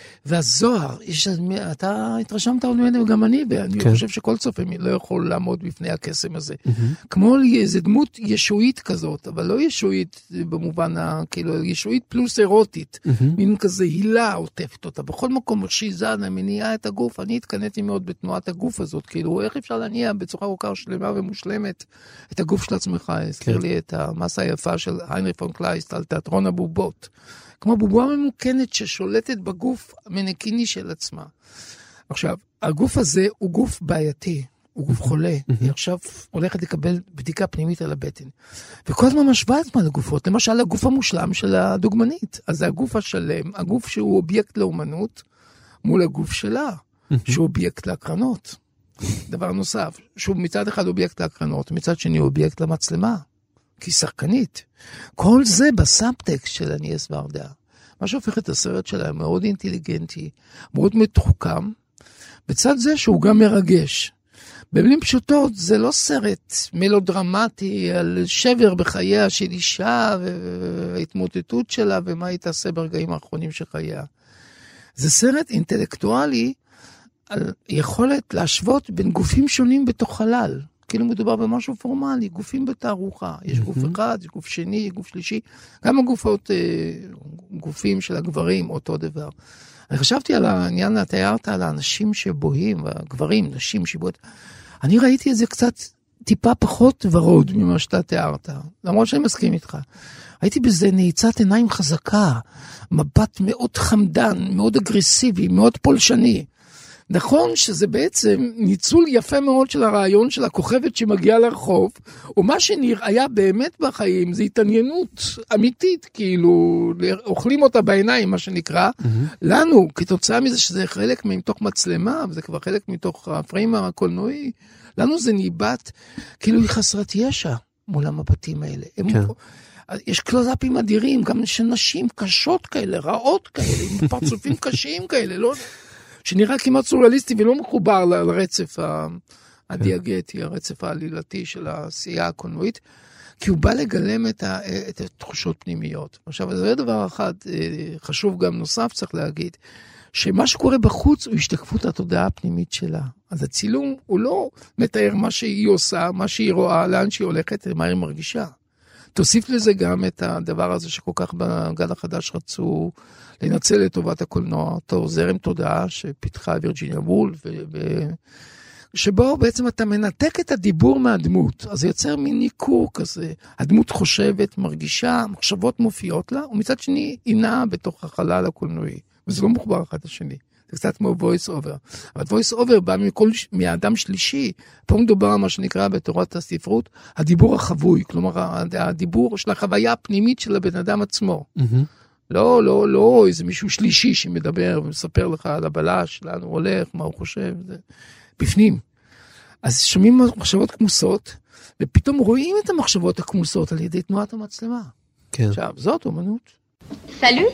Speaker 8: והזוהר. יש, אתה התרשמת עוד ממנו גם אני, ואני כן. חושב שכל צופה לא יכול לעמוד בפני הקסם הזה. Mm-hmm. כמו איזו דמות ישועית כזאת, אבל לא ישועית במובן, כאילו, ישועית פלוס אירוטית. Mm-hmm. מין כזה הילה עוטפת אותה. בכל מקום שיזן, המניעה את הגוף, אני התקנאתי מאוד בתנועת הגוף הזאת. כאילו, איך אפשר להניע בצורה כל כך שלמה ומושלמת את הגוף של עצמך? הזכיר כן. לי את המסה היפה של היינריך פון קלייסט על תיאטרון הבובות. כמו בובה ממוקנת ששולטת בגוף המנקיני של עצמה. עכשיו, הגוף הזה הוא גוף בעייתי, הוא גוף חולה. היא עכשיו הולכת לקבל בדיקה פנימית על הבטן. וכל הזמן משווה את מה לגופות. למשל, הגוף המושלם של הדוגמנית. אז זה הגוף השלם, הגוף שהוא אובייקט לאומנות, מול הגוף שלה, שהוא אובייקט להקרנות. דבר נוסף, שהוא מצד אחד אובייקט להקרנות, מצד שני אובייקט למצלמה. כי שחקנית. כל זה בסאבטקסט של אניאס ורדה. מה שהופך את הסרט שלה מאוד אינטליגנטי, מאוד מתוחכם, בצד זה שהוא גם מרגש. במילים פשוטות, זה לא סרט מלודרמטי על שבר בחייה של אישה וההתמוטטות שלה ומה היא תעשה ברגעים האחרונים של חייה. זה סרט אינטלקטואלי על יכולת להשוות בין גופים שונים בתוך חלל. כאילו מדובר במשהו פורמלי, גופים בתערוכה. יש גוף אחד, יש גוף שני, יש גוף שלישי. גם הגופות, גופים של הגברים, אותו דבר. אני חשבתי על העניין, אתה הערת על האנשים שבוהים, הגברים, נשים שבוהות. אני ראיתי את זה קצת טיפה פחות ורוד ממה שאתה תיארת. למרות שאני מסכים איתך. הייתי בזה נעיצת עיניים חזקה, מבט מאוד חמדן, מאוד אגרסיבי, מאוד פולשני. נכון שזה בעצם ניצול יפה מאוד של הרעיון של הכוכבת שמגיעה לרחוב, ומה שנראה באמת בחיים זה התעניינות אמיתית, כאילו אוכלים אותה בעיניים, מה שנקרא, mm-hmm. לנו, כתוצאה מזה שזה חלק מתוך מצלמה, וזה כבר חלק מתוך הפריים הקולנועי, לנו זה ניבט, כאילו היא חסרת ישע מול המבטים האלה. הם... כן. יש קלוזאפים אדירים, גם של נשים קשות כאלה, רעות כאלה, עם פרצופים קשים כאלה, לא... שנראה כמעט סוריאליסטי ולא מחובר לרצף הדיאגטי, הרצף העלילתי של העשייה הקולנועית, כי הוא בא לגלם את, ה, את התחושות פנימיות. עכשיו, זה דבר אחד חשוב גם נוסף, צריך להגיד, שמה שקורה בחוץ הוא השתקפות התודעה הפנימית שלה. אז הצילום הוא לא מתאר מה שהיא עושה, מה שהיא רואה, לאן שהיא הולכת, מה היא מרגישה. תוסיף לזה גם את הדבר הזה שכל כך בגל החדש רצו לנצל לטובת הקולנוע, אותו זרם תודעה שפיתחה וירג'יניה וולף, ו... שבו בעצם אתה מנתק את הדיבור מהדמות, אז זה יוצר מין ניכור כזה, הדמות חושבת, מרגישה, מחשבות מופיעות לה, ומצד שני היא נעה בתוך החלל הקולנועי, וזה לא מוחבר אחד לשני. זה קצת כמו voice over. אבל voice over בא מכל, מהאדם שלישי. פה מדובר על מה שנקרא בתורת הספרות, הדיבור החבוי, כלומר, הדיבור של החוויה הפנימית של הבן אדם עצמו. Mm-hmm. לא, לא, לא, איזה מישהו שלישי שמדבר ומספר לך על הבלש, לאן הוא הולך, מה הוא חושב, זה בפנים. אז שומעים מחשבות כמוסות, ופתאום רואים את המחשבות הכמוסות על ידי תנועת המצלמה.
Speaker 4: כן.
Speaker 8: עכשיו, זאת אומנות.
Speaker 11: Salut.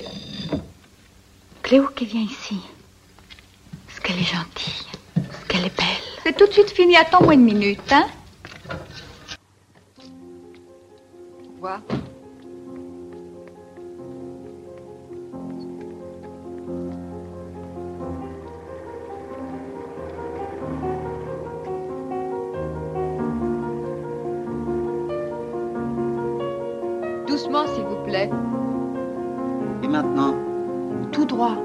Speaker 11: Cléo qui vient ici. Est-ce qu'elle est gentille? Est-ce qu'elle est belle? C'est tout de suite fini, attends moins une minute, hein? Au revoir. doucement, s'il vous plaît.
Speaker 12: Et maintenant?
Speaker 11: Tout droit.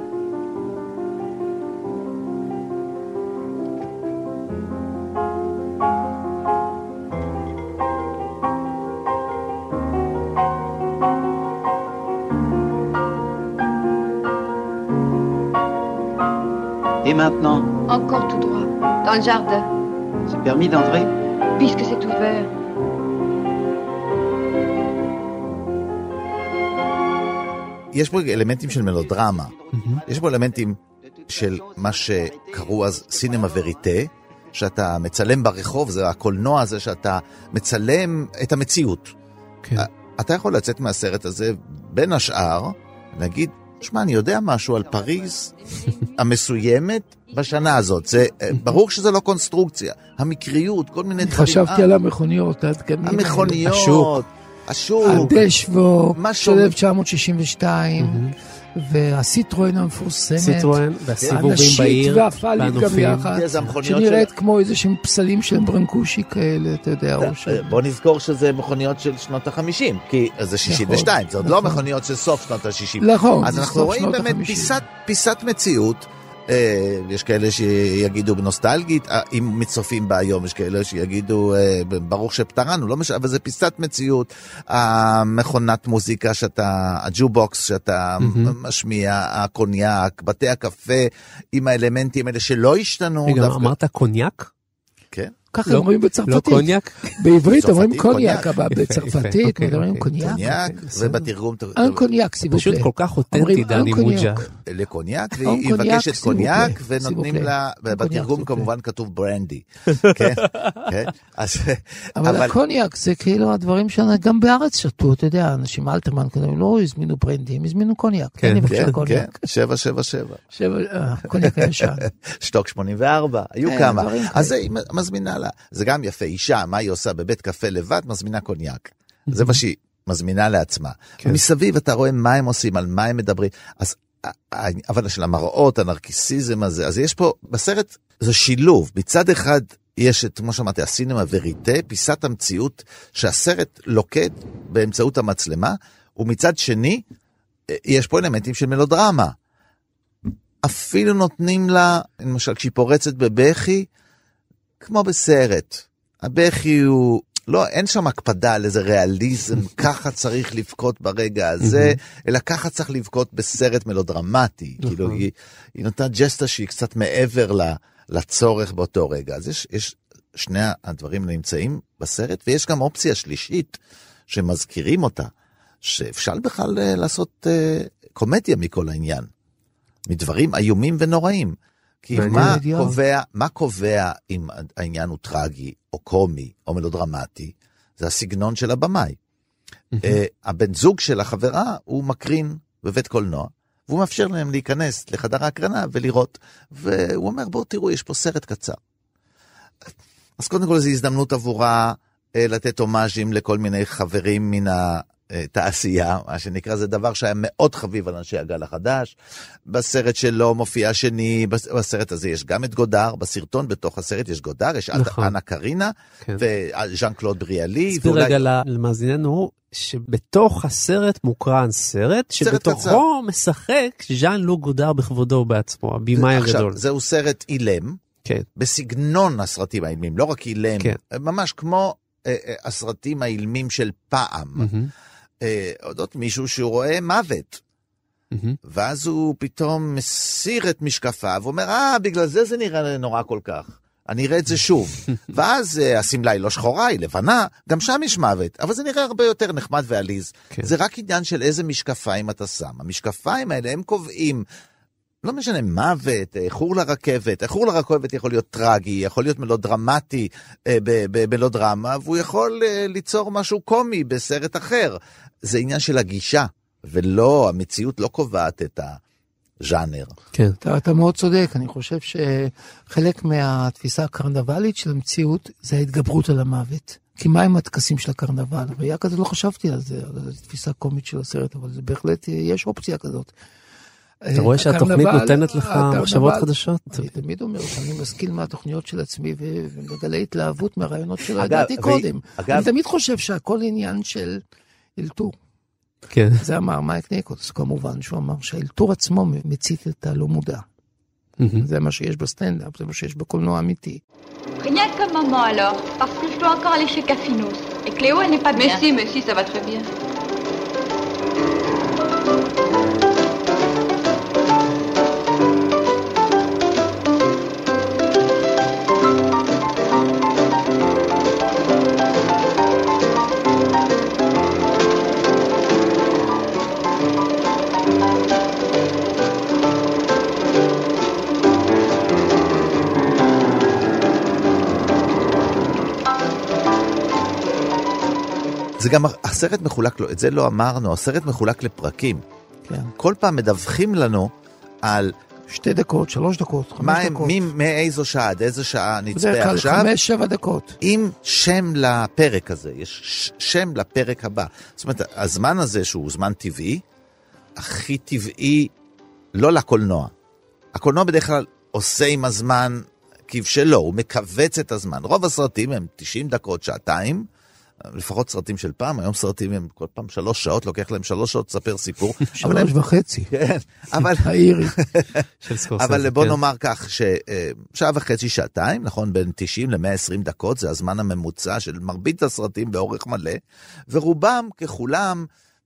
Speaker 12: Et maintenant?
Speaker 11: Encore tout droit, dans le jardin.
Speaker 12: C'est permis d'entrer?
Speaker 11: Puisque c'est ouvert.
Speaker 5: יש פה אלמנטים של מלודרמה, יש פה אלמנטים של מה שקראו אז סינמה וריטה, שאתה מצלם ברחוב, זה הקולנוע הזה שאתה מצלם את המציאות. כן. אתה יכול לצאת מהסרט הזה בין השאר, נגיד, שמע, אני יודע משהו על פריז המסוימת בשנה הזאת. זה ברור שזה לא קונסטרוקציה, המקריות, כל מיני דברים.
Speaker 8: חשבתי על המכוניות,
Speaker 5: המכוניות, השוק. השוק.
Speaker 8: הדשוו של אלף תשע מאות שישים ושתיים, והסיטרואן המפורסמת.
Speaker 4: סיטרואן, והסיבובים בעיר,
Speaker 8: והנופים. שנראית כמו איזה שהם פסלים של ברנקושי כאלה, אתה יודע.
Speaker 5: בוא נזכור שזה מכוניות של שנות החמישים, כי זה שישים ושתיים, זה עוד לא מכוניות של סוף שנות השישים.
Speaker 8: נכון.
Speaker 5: אז אנחנו רואים באמת פיסת מציאות, יש כאלה שיגידו בנוסטלגית, אם מצופים בה היום, יש כאלה שיגידו ברוך שפטרנו, לא משנה, אבל זה פיסת מציאות, המכונת מוזיקה שאתה, הג'ובוקס שאתה משמיע, הקוניאק, בתי הקפה, עם האלמנטים האלה שלא השתנו.
Speaker 4: רגע, אמרת קוניאק?
Speaker 5: כן.
Speaker 8: ככה אומרים בצרפתית.
Speaker 4: לא קוניאק?
Speaker 8: בעברית אומרים קוניאק, אבל בצרפתית אומרים קוניאק.
Speaker 5: קוניאק, ובתרגום...
Speaker 8: אין קוניאק, סיבוב.
Speaker 4: פשוט כל כך אותנטי, דני מוג'ה.
Speaker 5: לקוניאק, והיא מבקשת קוניאק, ונותנים לה, בתרגום כמובן כתוב ברנדי.
Speaker 8: אבל הקוניאק זה כאילו הדברים שגם בארץ שתו, אתה יודע, אנשים אלתרמן, לא הזמינו ברנדי, הם הזמינו קוניאק.
Speaker 5: כן, כן, שבע, שבע, שבע.
Speaker 8: קוניאק הישן.
Speaker 5: שטוק שמונים וארבע, היו כמה. אז היא מזמינה לה. זה גם יפה, אישה, מה היא עושה בבית קפה לבד, מזמינה קוניאק. זה מה שהיא מזמינה לעצמה. ומסביב אתה רואה מה הם עושים, על מה הם מדברים. אז אבל של המראות, הנרקיסיזם הזה, אז יש פה, בסרט זה שילוב. מצד אחד יש את, כמו שאמרתי, הסינמה וריטה, פיסת המציאות שהסרט לוקד באמצעות המצלמה, ומצד שני, יש פה אלמנטים של מלודרמה. אפילו נותנים לה, למשל, כשהיא פורצת בבכי, כמו בסרט. הבכי הוא, לא, אין שם הקפדה על איזה ריאליזם, ככה צריך לבכות ברגע הזה, אלא ככה צריך לבכות בסרט מלודרמטי. כאילו, היא, היא נותנת ג'סטה שהיא קצת מעבר ל, לצורך באותו רגע. אז יש, יש שני הדברים נמצאים בסרט, ויש גם אופציה שלישית שמזכירים אותה, שאפשר בכלל לעשות uh, קומדיה מכל העניין. מדברים איומים ונוראים. כי מה קובע, מה קובע אם העניין הוא טרגי, או קומי, או מלודרמטי? זה הסגנון של הבמאי. הבן זוג של החברה הוא מקרין בבית קולנוע, והוא מאפשר להם להיכנס לחדר ההקרנה ולראות, והוא אומר, בואו תראו, יש פה סרט קצר. אז קודם כל זו הזדמנות עבורה לתת הומאז'ים לכל מיני חברים מן ה... תעשייה, מה שנקרא, זה דבר שהיה מאוד חביב על אנשי הגל החדש. בסרט שלו מופיע שני, בסרט הזה יש גם את גודר, בסרטון בתוך הסרט יש גודר, יש נכון. אנה קרינה, כן. וז'אן קלוד בריאלי.
Speaker 4: סביר ואולי... רגע למאזיננו, שבתוך הסרט מוקרן סרט, שבתוכו קצר. משחק ז'אן לוק גודר בכבודו בעצמו, הבימאי הגדול.
Speaker 5: עכשיו, זהו סרט אילם, כן. בסגנון הסרטים האילמים, לא רק אילם, כן. ממש כמו אה, אה, הסרטים האילמים של פעם. Mm-hmm. אודות מישהו שהוא רואה מוות. Mm-hmm. ואז הוא פתאום מסיר את משקפיו, ואומר, אה, בגלל זה זה נראה נורא כל כך. אני אראה את זה שוב. ואז הסמלה היא לא שחורה, היא לבנה, גם שם יש מוות, אבל זה נראה הרבה יותר נחמד ועליז. כן. זה רק עניין של איזה משקפיים אתה שם. המשקפיים האלה הם קובעים, לא משנה, מוות, איחור לרכבת, איחור לרכבת יכול להיות טרגי, יכול להיות מלודרמטי במלודרמה, והוא יכול ליצור משהו קומי בסרט אחר. זה עניין של הגישה, ולא, המציאות לא קובעת את הז'אנר.
Speaker 8: כן. אתה, אתה מאוד צודק, אני חושב שחלק מהתפיסה הקרנבלית של המציאות, זה ההתגברות על המוות. כי מה עם הטקסים של הקרנבל? והיה כזה לא חשבתי על זה, על תפיסה קומית של הסרט, אבל זה בהחלט, יש אופציה כזאת.
Speaker 4: אתה רואה שהתוכנית נותנת לך מחשבות חדשות?
Speaker 8: אני תמיד אומר שאני משכיל מהתוכניות של עצמי ומגלה התלהבות מהרעיונות שלא ידעתי קודם. אני תמיד חושב שהכל עניין של אלתור.
Speaker 4: כן.
Speaker 8: זה אמר מייק ניקולס, כמובן, שהוא אמר שהאלתור עצמו מצית את הלא מודע. זה מה שיש בסטנדאפ, זה מה שיש בקולנוע אמיתי.
Speaker 11: Rien comme maman alors, parce que je dois encore aller chez Cafinos. Et Cléo, elle n'est pas bien.
Speaker 6: Mais si, mais si, ça va très bien.
Speaker 5: זה גם הסרט מחולק, את זה לא אמרנו, הסרט מחולק לפרקים.
Speaker 8: כן.
Speaker 5: כל פעם מדווחים לנו על...
Speaker 8: שתי דקות, שלוש דקות, חמש
Speaker 5: מה,
Speaker 8: דקות.
Speaker 5: מי, מאיזו שעה, עד איזו שעה נצפה
Speaker 8: בדרך כלל
Speaker 5: עכשיו.
Speaker 8: חמש, שבע דקות.
Speaker 5: עם שם לפרק הזה, יש שם לפרק הבא. זאת אומרת, הזמן הזה שהוא זמן טבעי, הכי טבעי, לא לקולנוע. הקולנוע בדרך כלל עושה עם הזמן כבשלו, הוא מקווץ את הזמן. רוב הסרטים הם תשעים דקות, שעתיים, לפחות סרטים של פעם, היום סרטים הם כל פעם שלוש שעות, לוקח להם שלוש שעות לספר סיפור.
Speaker 8: שלוש וחצי.
Speaker 5: כן, אבל...
Speaker 8: העירי.
Speaker 5: אבל בוא נאמר כך, ששעה וחצי, שעתיים, נכון, בין תשעים ל-מאה ועשרים דקות, זה הזמן הממוצע של מרבית הסרטים באורך מלא, ורובם ככולם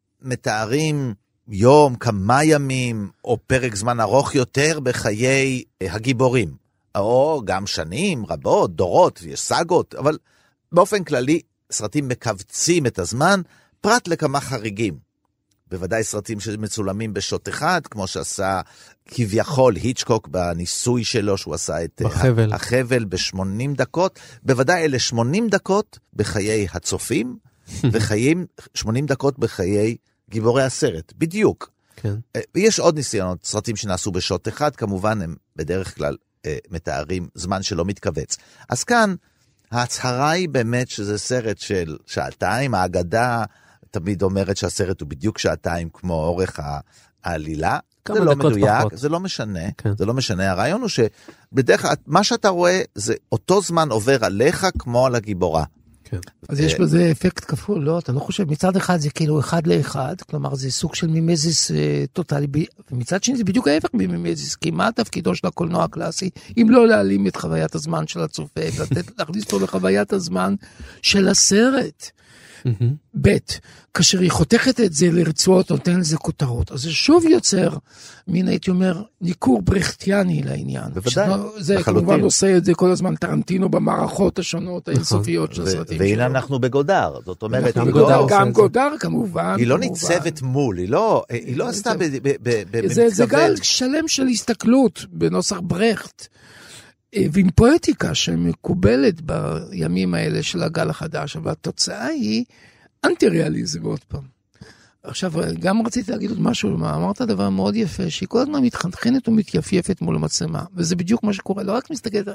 Speaker 5: מתארים יום, כמה ימים, או פרק זמן ארוך יותר בחיי הגיבורים. או גם שנים, רבות, דורות, יש סגות, אבל באופן כללי, סרטים מקבצים את הזמן, פרט לכמה חריגים. בוודאי סרטים שמצולמים בשוט אחד, כמו שעשה כביכול היצ'קוק בניסוי שלו, שהוא עשה את
Speaker 4: בחבל.
Speaker 5: החבל ב-שמונים דקות. בוודאי אלה שמונים דקות בחיי הצופים, וחיים שמונים דקות בחיי גיבורי הסרט. בדיוק.
Speaker 4: כן.
Speaker 5: יש עוד ניסיונות, סרטים שנעשו בשוט אחד, כמובן הם בדרך כלל מתארים זמן שלא מתכווץ. אז כאן, ההצהרה היא באמת שזה סרט של שעתיים, האגדה תמיד אומרת שהסרט הוא בדיוק שעתיים כמו אורך העלילה, זה לא מדויק, פחות. זה לא משנה, כן. זה לא משנה, הרעיון הוא שבדרך כלל מה שאתה רואה זה אותו זמן עובר עליך כמו על הגיבורה.
Speaker 4: כן.
Speaker 8: אז יש בזה אפקט כפול, לא? אתה לא חושב, מצד אחד זה כאילו אחד לאחד, כלומר זה סוג של מימזיס אה, טוטלי, ומצד שני זה בדיוק ההפך ממימזיס, כי מה תפקידו של הקולנוע הקלאסי, אם לא להעלים את חוויית הזמן של הצופה, לתת, להכניס אותו לחוויית הזמן של הסרט. ב' כאשר היא חותכת את זה לרצועות, נותן לזה כותרות, אז זה שוב יוצר, מין הייתי אומר, ניקור ברכטיאני לעניין.
Speaker 5: בוודאי,
Speaker 8: זה כמובן עושה את זה כל הזמן טרנטינו במערכות השונות האינסופיות של הסרטים שלו.
Speaker 5: והנה אנחנו בגודר, זאת אומרת,
Speaker 8: גם גודר כמובן.
Speaker 5: היא לא ניצבת מול, היא לא עשתה במתכוון.
Speaker 8: זה גל שלם של הסתכלות בנוסח ברכט. ועם פואטיקה שמקובלת בימים האלה של הגל החדש, אבל התוצאה היא אנטי-ריאליזם עוד פעם. עכשיו, גם רציתי להגיד עוד משהו, אמרת דבר מאוד יפה, שהיא כל הזמן מתחנחנת ומתייפייפת מול המצלמה, וזה בדיוק מה שקורה, לא רק מסתכלת,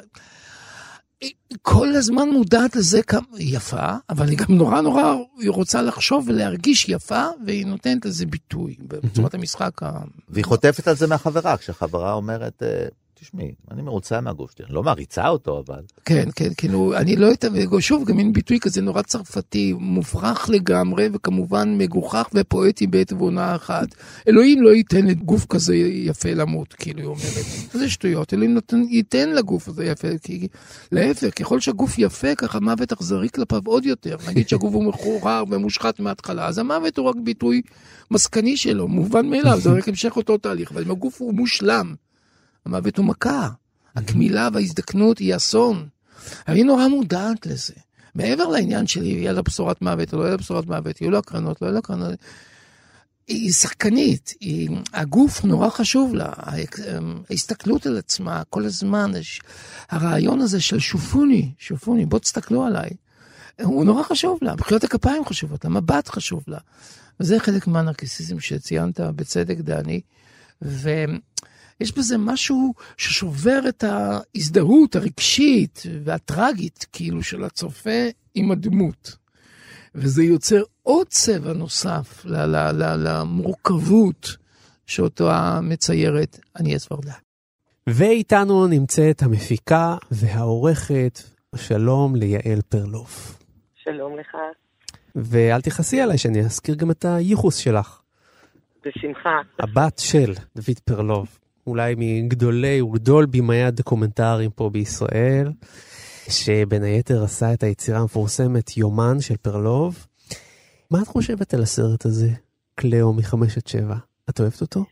Speaker 8: כל הזמן מודעת לזה כמה יפה, אבל היא גם נורא נורא, היא רוצה לחשוב ולהרגיש יפה, והיא נותנת לזה ביטוי, בצורת המשחק.
Speaker 5: והיא חוטפת על זה מהחברה, כשהחברה אומרת... תשמעי, אני מרוצה מהגוף שלי, אני לא מעריצה אותו, אבל...
Speaker 8: כן, כן, כאילו, אני לא יודעת, שוב, גם מין ביטוי כזה נורא צרפתי, מופרך לגמרי, וכמובן מגוחך ופואטי בעת ובעונה אחת. אלוהים לא ייתן לגוף כזה יפה למות, כאילו, היא אומרת. זה שטויות, אלוהים נותן, ייתן לגוף הזה יפה, כי להפך, ככל שהגוף יפה, ככה מוות אכזרי כלפיו עוד יותר. נגיד שהגוף הוא מחורר ומושחת מההתחלה, אז המוות הוא רק ביטוי מסקני שלו, מובן מאליו, זה רק המשך אותו תהליך, אבל אם הגוף הוא מושלם, המוות הוא מכה, הכמילה וההזדקנות היא אסון. אני נורא מודעת לזה. מעבר לעניין שלי, יהיה לה בשורת מוות או לא יהיה לה בשורת מוות, יהיו לה הקרנות, לא יהיו לה הקרנות. היא שחקנית, היא, הגוף נורא חשוב לה, ההסתכלות על עצמה, כל הזמן, הרעיון הזה של שופוני, שופוני, בוא תסתכלו עליי, הוא נורא חשוב לה, בחירות הכפיים חשובות לה, מבט חשוב לה. וזה חלק מהנרקיסיזם שציינת בצדק, דני, ו... יש בזה משהו ששובר את ההזדהות הרגשית והטרגית, כאילו של הצופה עם הדמות. וזה יוצר עוד צבע נוסף למורכבות שאותו מציירת אני אספרדה.
Speaker 4: ואיתנו נמצאת המפיקה והעורכת, שלום ליעל פרלוף.
Speaker 13: שלום לך.
Speaker 4: ואל תכעסי עליי שאני אזכיר גם את הייחוס שלך.
Speaker 13: בשמחה.
Speaker 4: הבת של דוד פרלוב, אולי מגדולי וגדול בימי הדוקומנטריים פה בישראל, שבין היתר עשה את היצירה המפורסמת יומן של פרלוב. מה את חושבת על הסרט הזה, קלאו מחמש עד שבע? את אוהבת אותו?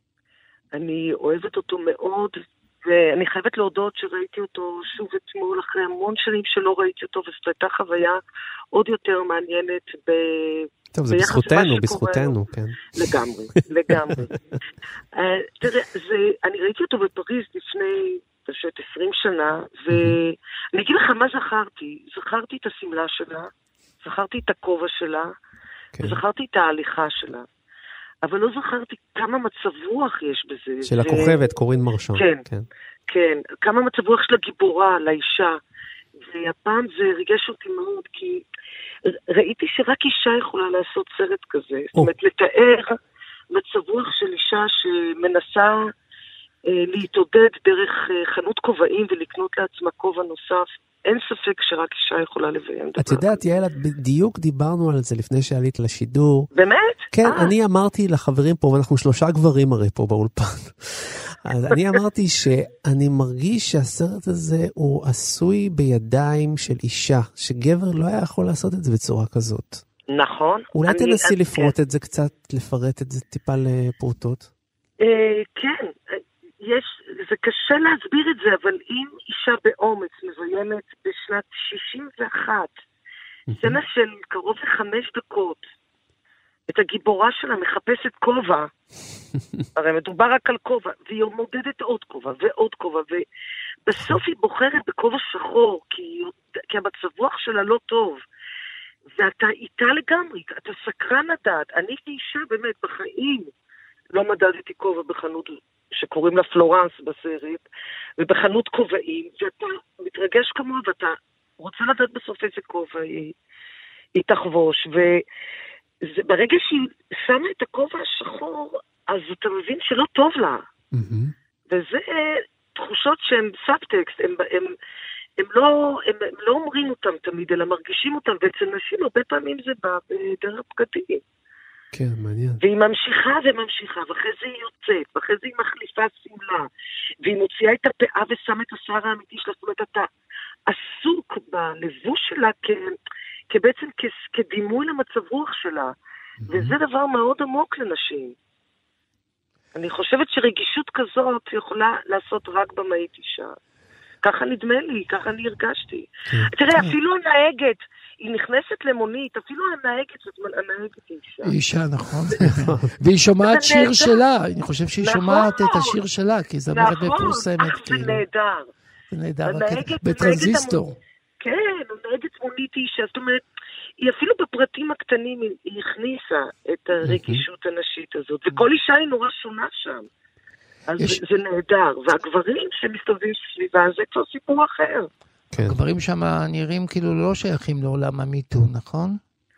Speaker 13: אני אוהבת אותו מאוד, ואני חייבת להודות שראיתי אותו שוב אתמול אחרי המון שנים שלא ראיתי אותו, וזאת הייתה חוויה עוד יותר מעניינת ב...
Speaker 4: טוב, זה בזכותנו, בזכותנו, כן.
Speaker 13: לגמרי, לגמרי. uh, תראה, זה, אני ראיתי אותו בפריז לפני פשוט עשרים שנה, ואני אגיד לך מה זכרתי. זכרתי את הסמלה שלה, זכרתי את הכובע שלה, כן. וזכרתי את ההליכה שלה. אבל לא זכרתי כמה מצב רוח יש בזה.
Speaker 4: של ו... הכוכבת, קורין מרשון.
Speaker 13: כן, כן, כן. כמה מצב רוח של הגיבורה, לאישה. והפעם זה ריגש אותי מאוד, כי ראיתי שרק אישה יכולה לעשות סרט כזה. זאת אומרת, לתאר מצב רוח של אישה שמנסה אה, להתעודד דרך אה, חנות כובעים ולקנות לעצמה כובע נוסף. אין ספק שרק אישה יכולה לביים דבר.
Speaker 4: את יודעת, יעל, בדיוק דיברנו על זה לפני שעלית לשידור.
Speaker 13: באמת?
Speaker 4: כן, אני אמרתי לחברים פה, ואנחנו שלושה גברים הרי פה באולפן. אז אני אמרתי שאני מרגיש שהסרט הזה הוא עשוי בידיים של אישה, שגבר לא היה יכול לעשות את זה בצורה כזאת.
Speaker 13: נכון.
Speaker 4: אולי תנסי לפרוט את זה קצת, לפרט את זה טיפה לפרוטות?
Speaker 13: כן, יש, זה קשה להסביר את זה, אבל אם אישה באומץ מביימת בשנת שישים ואחת, סצנה של קרוב לחמש דקות, את הגיבורה שלה מחפשת כובע, הרי מדובר רק על כובע, והיא מודדת עוד כובע ועוד כובע, ובסוף היא בוחרת בכובע שחור, כי, כי המצב רוח שלה לא טוב, ואתה איתה לגמרי, אתה סקרן לדעת. אני כאישה באמת בחיים לא מדדתי כובע בחנות שקוראים לה פלורנס בסרט, ובחנות כובעים, ואתה מתרגש כמוה, ואתה רוצה לדעת בסוף איזה כובע היא, היא תחבוש, וברגע שהיא שמה את הכובע השחור, אז אתה מבין שלא טוב לה. Mm-hmm. וזה תחושות שהן סאבטקסט, הם, הם, הם, לא, הם, הם לא אומרים אותם תמיד, אלא מרגישים אותם, ואצל נשים הרבה פעמים זה בא בדרך פקדים.
Speaker 4: כן, מעניין.
Speaker 13: והיא ממשיכה וממשיכה, ואחרי זה היא יוצאת, ואחרי זה היא מחליפה סמלה, והיא מוציאה את הפאה ושמה את השיער האמיתי שלה, זאת אומרת, אתה עסוק בלבוש שלה כ... כבעצם כ... כדימוי למצב רוח שלה, mm-hmm. וזה דבר מאוד עמוק לנשים. אני חושבת שרגישות כזאת יכולה לעשות רק במאית אישה. ככה נדמה לי, ככה אני הרגשתי. Okay. תראה, אפילו הנהגת, היא נכנסת למונית, אפילו הנהגת, זאת אומרת, הנהגת היא אישה.
Speaker 8: היא אישה, נכון. והיא שומעת שיר שלה, אני חושב שהיא שומעת את השיר שלה, כי זה אומרת מפורסמת.
Speaker 13: נכון, זה נהדר.
Speaker 8: זה נהדר, בטרנזיסטור.
Speaker 13: כן, הנהגת מונית היא אישה, זאת אומרת, היא אפילו בפרטים הקטנים, היא הכניסה את הרגישות הנשית הזאת, וכל אישה היא נורא שונה שם. אז יש... זה נהדר, והגברים שמסתובבים סביבה, זה כבר סיפור אחר.
Speaker 8: כן. הגברים שם נראים כאילו לא שייכים לעולם המיטו, נכון?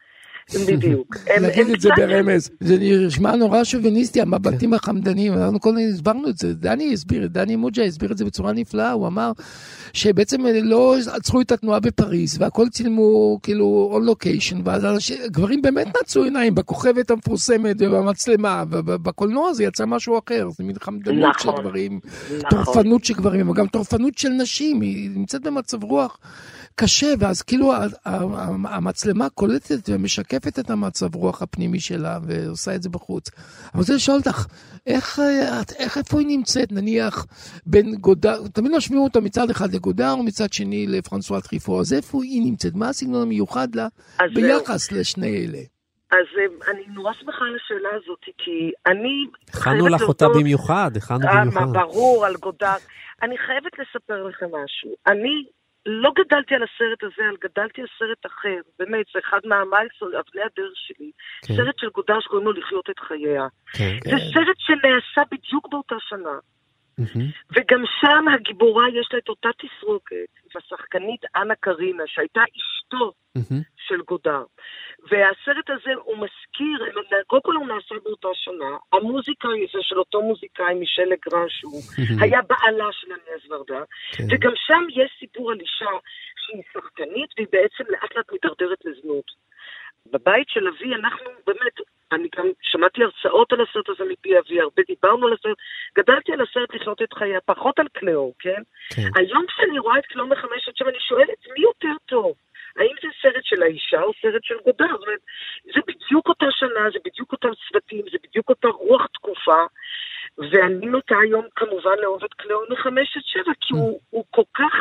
Speaker 13: בדיוק.
Speaker 8: להגיד את זה ברמז, זה נשמע נורא שוביניסטי, המבטים החמדנים, אנחנו כל הזמן הסברנו את זה, דני הסביר, דני מוג'ה הסביר את זה בצורה נפלאה, הוא אמר שבעצם לא עצרו את התנועה בפריז, והכל צילמו כאילו on location, ואז גברים באמת נעצו עיניים בכוכבת המפורסמת ובמצלמה, ובקולנוע זה יצא משהו אחר, זה מין חמדנות של גברים, תורפנות של גברים, אבל גם תורפנות של נשים, היא נמצאת במצב רוח קשה, ואז כאילו המצלמה קולטת ומשקפת את המצב רוח הפנימי שלה, ועושה את זה בחוץ. אבל זה לשאול אותך, איך, איך איפה היא נמצאת, נניח, בין גודר, תמיד נשמיעו אותה מצד אחד לגודר, ומצד שני לפרנסואה טריפו, אז איפה היא נמצאת? מה הסגנון המיוחד לה ביחס לשני אלה?
Speaker 13: אז אני נורא שמחה על השאלה הזאת, כי אני...
Speaker 4: הכנו לך אותה במיוחד, הכנו במיוחד.
Speaker 13: ברור, על גודר. אני חייבת לספר לכם משהו. אני... לא גדלתי על הסרט הזה, על גדלתי על סרט אחר, באמת, זה אחד מהמיילס, אבני הדרך שלי, כן. סרט של גודר שקוראים לו לחיות את חייה. כן, זה כן. סרט שנעשה בדיוק באותה שנה. Mm-hmm. וגם שם הגיבורה יש לה את אותה תסרוקת, והשחקנית אנה קרינה, שהייתה אשתו mm-hmm. של גודר. והסרט הזה הוא מזכיר, קודם כל הוא נעשה באותה שנה, המוזיקה זה של אותו מוזיקאי מישל לגרן, שהוא mm-hmm. היה בעלה של אניאס ורדה, כן. וגם שם יש סיפור על אישה שהיא שחקנית, והיא בעצם לאט לאט מתדרדרת לזנות. בבית של אבי אנחנו באמת, אני גם שמעתי הרצאות על הסרט הזה מפי אבי, הרבה דיברנו על הסרט, גדלתי על הסרט לחיות את חיי, פחות על קלאו, כן? כן. היום כשאני רואה את קלאו מחמש עד שבע, אני שואלת מי יותר טוב? האם זה סרט של האישה או סרט של גודר? זה בדיוק אותה שנה, זה בדיוק אותם צוותים, זה בדיוק אותה רוח תקופה, ואני נוטה היום כמובן לאהוב את קלאו מחמש עד שבע, כי הוא, הוא כל כך...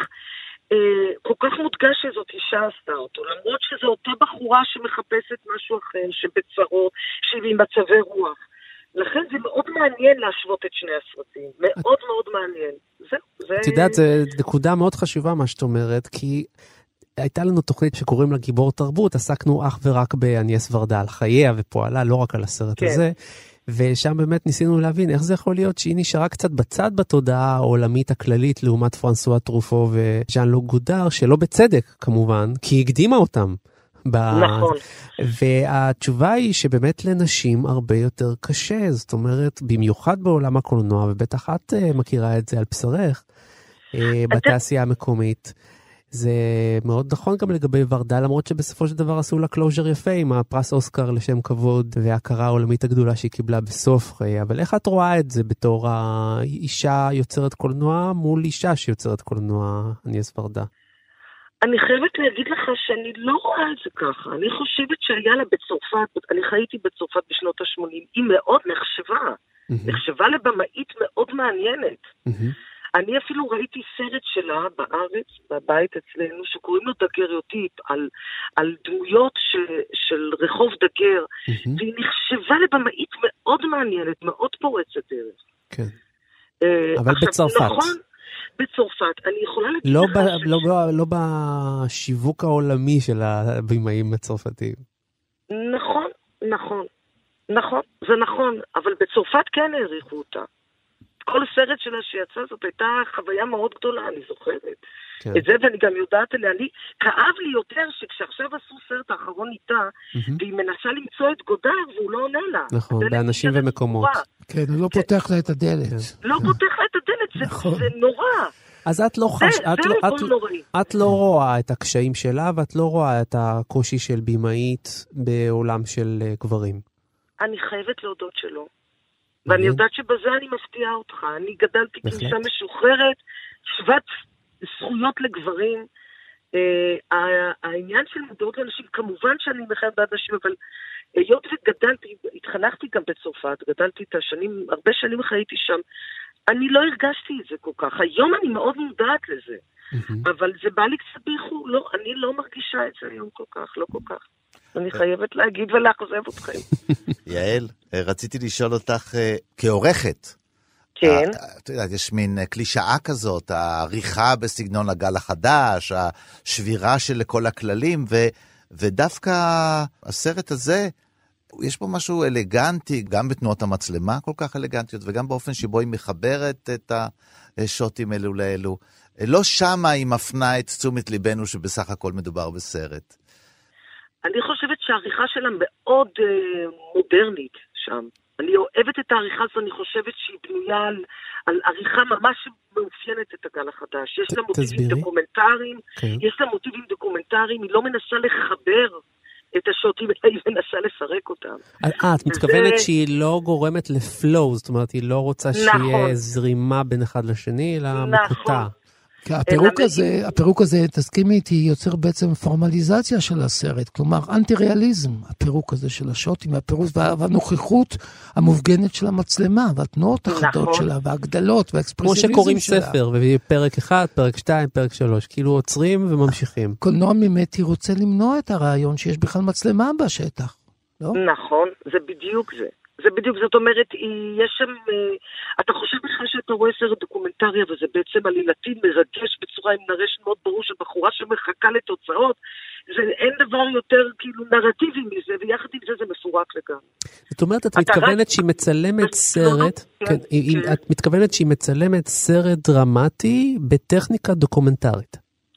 Speaker 13: כל כך מודגש שזאת אישה עשתה אותו, למרות שזו אותה בחורה שמחפשת משהו אחר, שבצרות, שהיא במצבי רוח. לכן זה מאוד מעניין להשוות את שני הסרטים, מאוד מאוד מעניין.
Speaker 4: את יודעת, זו נקודה מאוד חשובה מה שאת אומרת, כי הייתה לנו תוכנית שקוראים לה גיבור תרבות, עסקנו אך ורק באניאס ורדה, על חייה ופועלה, לא רק על הסרט הזה, ושם באמת ניסינו להבין איך זה יכול להיות שהיא נשארה קצת בצד בתודעה העולמית הכללית לעומת פרנסואה טרופו וז'אן לוק גודר, שלא בצדק כמובן, כי היא הקדימה אותם.
Speaker 13: נכון.
Speaker 4: והתשובה היא שבאמת לנשים הרבה יותר קשה, זאת אומרת, במיוחד בעולם הקולנוע, ובטח את מכירה את זה על בשרך, בתעשייה המקומית. זה מאוד נכון גם לגבי ורדה, למרות שבסופו של דבר עשו לה קלוז'ר יפה עם הפרס אוסקר לשם כבוד וההכרה העולמית הגדולה שהיא קיבלה בסוף חייה. אבל איך את רואה את זה בתור האישה יוצרת קולנוע מול אישה שיוצרת קולנוע, אניאס ורדה?
Speaker 13: אני חייבת להגיד לך שאני לא רואה את זה ככה. אני חושבת שהיה לה בצרפת, אני חייתי בצרפת בשנות ה-שמונים, היא מאוד נחשבה. נחשבה לבמאית מאוד מעניינת. אני אפילו ראיתי סרט שלה בארץ, בבית אצלנו, שקוראים לו דגריוטיפ, על, על דמויות ש, של רחוב דגר, mm-hmm. והיא נחשבה לבמאית מאוד מעניינת, מאוד פורצת דרך. כן. Uh,
Speaker 4: אבל עכשיו, בצרפת.
Speaker 13: נכון, בצרפת. אני יכולה להגיד
Speaker 4: לא
Speaker 13: לך...
Speaker 4: ב,
Speaker 13: ש...
Speaker 4: לא, ב, לא בשיווק העולמי של הבמאים הצרפתיים.
Speaker 13: נכון, נכון. נכון, זה נכון, אבל בצרפת כן העריכו אותה. כל סרט שלה שיצא, זאת הייתה חוויה מאוד גדולה, אני זוכרת. כן. את זה, ואני גם יודעת עליה, אני, כאב לי יותר שכשעכשיו עשו סרט האחרון איתה, mm-hmm. והיא מנסה למצוא את גודר, והוא לא עונה לה.
Speaker 4: נכון, באנשים ומקומות.
Speaker 8: כן, הוא לא כן. פותח לה את הדלת.
Speaker 13: כן. לא פותח לה את הדלת, זה, נכון. זה נורא.
Speaker 4: אז את לא, חש... זה, את, זה לא, את, את לא רואה את הקשיים שלה, ואת לא רואה את הקושי של בימאית בעולם של גברים.
Speaker 13: אני חייבת להודות שלא. ואני יודעת שבזה אני מפתיעה אותך. אני גדלתי כאישה משוחררת, שוות זכויות לגברים. העניין של מודעות לאנשים, כמובן שאני מחייבת בעד נשים, אבל היות וגדלתי, התחנכתי גם בצרפת, גדלתי את השנים, הרבה שנים חייתי שם, אני לא הרגשתי את זה כל כך. היום אני מאוד מודעת לזה, אבל זה בא לי קצת באיחור. לא, אני לא מרגישה את זה היום כל כך, לא כל כך. אני חייבת להגיד ולאכזב אתכם.
Speaker 5: יעל, רציתי לשאול אותך כעורכת.
Speaker 13: כן.
Speaker 5: את יודעת, יש מין קלישאה כזאת, העריכה בסגנון הגל החדש, השבירה של כל הכללים, ודווקא הסרט הזה, יש פה משהו אלגנטי, גם בתנועות המצלמה כל כך אלגנטיות, וגם באופן שבו היא מחברת את השוטים אלו לאלו. לא שמה היא מפנה את תשומת ליבנו שבסך הכל מדובר בסרט.
Speaker 13: אני חושבת שהעריכה שלה מאוד אה, מודרנית שם. אני אוהבת את העריכה הזו, אני חושבת שהיא בנויה על, על עריכה ממש מאופיינת את הגל החדש. יש לה מוטיבים דוקומנטריים, okay. יש לה מוטיבים דוקומנטריים, היא לא מנסה לחבר את השוטים, אלא היא מנסה לפרק אותם.
Speaker 4: אה, את מתכוונת וזה... שהיא לא גורמת לפלואו, זאת אומרת, היא לא רוצה נכון. שיהיה זרימה בין אחד לשני, אלא נכון. מקוטע.
Speaker 8: הפירוק הזה, הפירוק הזה, תסכימי איתי, יוצר בעצם פורמליזציה של הסרט, כלומר אנטי-ריאליזם, הפירוק הזה של השוטים, הפירוס והנוכחות המופגנת של המצלמה, והתנועות החדות שלה, והגדלות, והאקספרסיביזם שלה. כמו שקוראים ספר, ופרק אחד, פרק שתיים, פרק שלוש, כאילו עוצרים וממשיכים. קולנוע מימטי רוצה למנוע את הרעיון שיש בכלל מצלמה בשטח, לא?
Speaker 13: נכון, זה בדיוק זה. זה בדיוק, זאת אומרת, יש שם, אתה חושב בכלל שאתה רואה סרט דוקומנטריה, וזה בעצם עלילתי מרגש בצורה עם נרשת מאוד ברור של בחורה שמחכה לתוצאות, זה, אין דבר יותר כאילו נרטיבי מזה, ויחד עם זה זה מפורק לגמרי.
Speaker 4: זאת אומרת, את מתכוונת שהיא מצלמת סרט, את מתכוונת שהיא מצלמת סרט דרמטי בטכניקה דוקומנטרית.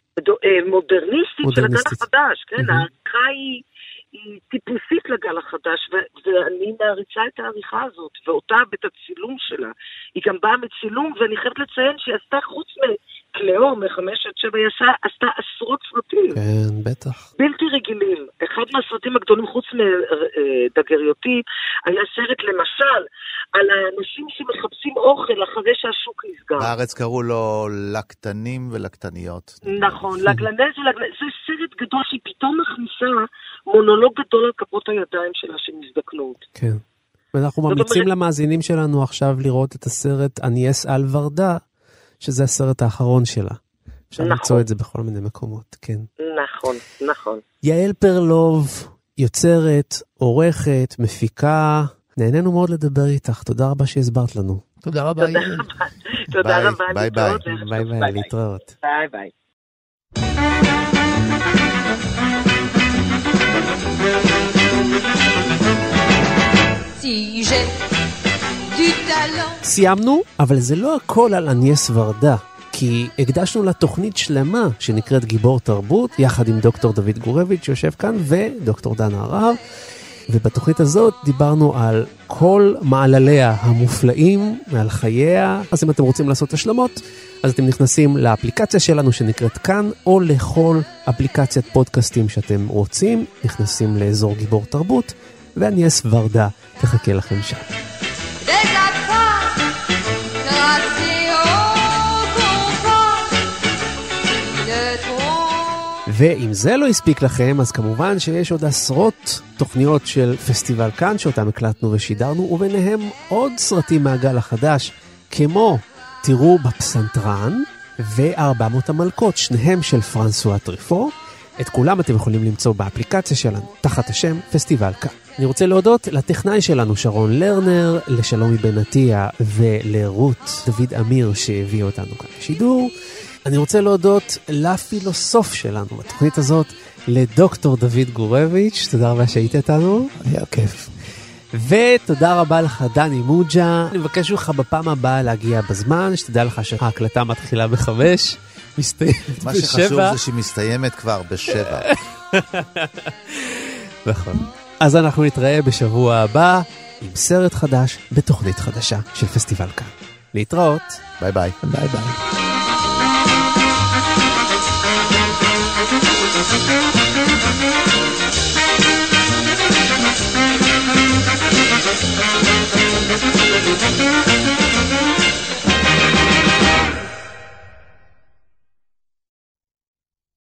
Speaker 13: מודרניסטית של הגל החדש, כן, ההערכה היא... היא טיפוסית לגל החדש, ו- ואני מעריצה את העריכה הזאת, ואותה בית הצילום שלה. היא גם באה מצילום, ואני חייבת לציין שהיא עשתה חוץ לאור, מחמש עד שבע, היא עשתה עשרות סרטים.
Speaker 4: כן, בטח.
Speaker 13: בלתי רגילים. אחד מהסרטים הגדולים, חוץ מדגריוטית, היה סרט למשל, על האנשים שמחפשים אוכל אחרי שהשוק נסגר.
Speaker 5: בארץ קראו לו לקטנים ולקטניות.
Speaker 13: נכון, לגלנז ולגלנז. זה סרט גדול שהיא פתאום מכניסה מונולוג גדול על כפות הידיים שלה שמזדקנות.
Speaker 4: כן. ואנחנו ממליצים למאזינים שלנו עכשיו לראות את הסרט אניאס על ורדה, שזה הסרט האחרון שלה. אפשר למצוא את זה בכל מיני מקומות, כן.
Speaker 13: נכון, נכון.
Speaker 4: יעל פרלוב, יוצרת, עורכת, מפיקה, נהנינו מאוד לדבר איתך, תודה רבה שהסברת לנו.
Speaker 8: תודה רבה, יעל.
Speaker 13: תודה רבה.
Speaker 5: ביי ביי.
Speaker 4: ביי ביי, להתראות.
Speaker 13: ביי ביי.
Speaker 4: סיימנו, אבל זה לא הכל על אניאס ורדה, כי הקדשנו לה תוכנית שלמה שנקראת גיבור תרבות, יחד עם דוקטור דוד גורביץ' שיושב כאן, ודוקטור דנה הרב, ובתוכנית הזאת דיברנו על כל מעלליה המופלאים, על חייה. אז אם אתם רוצים לעשות השלמות, אז אתם נכנסים לאפליקציה שלנו שנקראת כאן, או לכל אפליקציית פודקאסטים שאתם רוצים, נכנסים לאזור גיבור תרבות, ואניאס ורדה תחכה לכם שם. ואם זה לא הספיק לכם, אז כמובן שיש עוד עשרות תוכניות של פסטיבל כאן, שאותם הקלטנו ושידרנו, וביניהם עוד סרטים מהגל החדש, כמו תראו בפסנתרן ו-ארבע מאות המלכות, שניהם של פרנסואה טריפו. את כולם אתם יכולים למצוא באפליקציה שלנו, תחת השם פסטיבל כאן. אני רוצה להודות לטכנאי שלנו שרון לרנר, לשלומי בן עטיה ולרות דוד אמיר שהביא אותנו כאן לשידור. אני רוצה להודות לפילוסוף שלנו בתוכנית הזאת, לדוקטור דוד גורביץ', תודה רבה שהיית איתנו.
Speaker 8: היה כיף.
Speaker 4: ותודה רבה לך דני מוג'ה. אני מבקש לך בפעם הבאה להגיע בזמן, שתדע לך שההקלטה מתחילה בחמש, מסתיימת בשבע.
Speaker 5: מה שחשוב זה שהיא מסתיימת כבר בשבע.
Speaker 4: נכון. אז אנחנו נתראה בשבוע הבא עם סרט חדש בתוכנית חדשה של פסטיבל כאן. להתראות.
Speaker 5: ביי ביי.
Speaker 8: ביי ביי.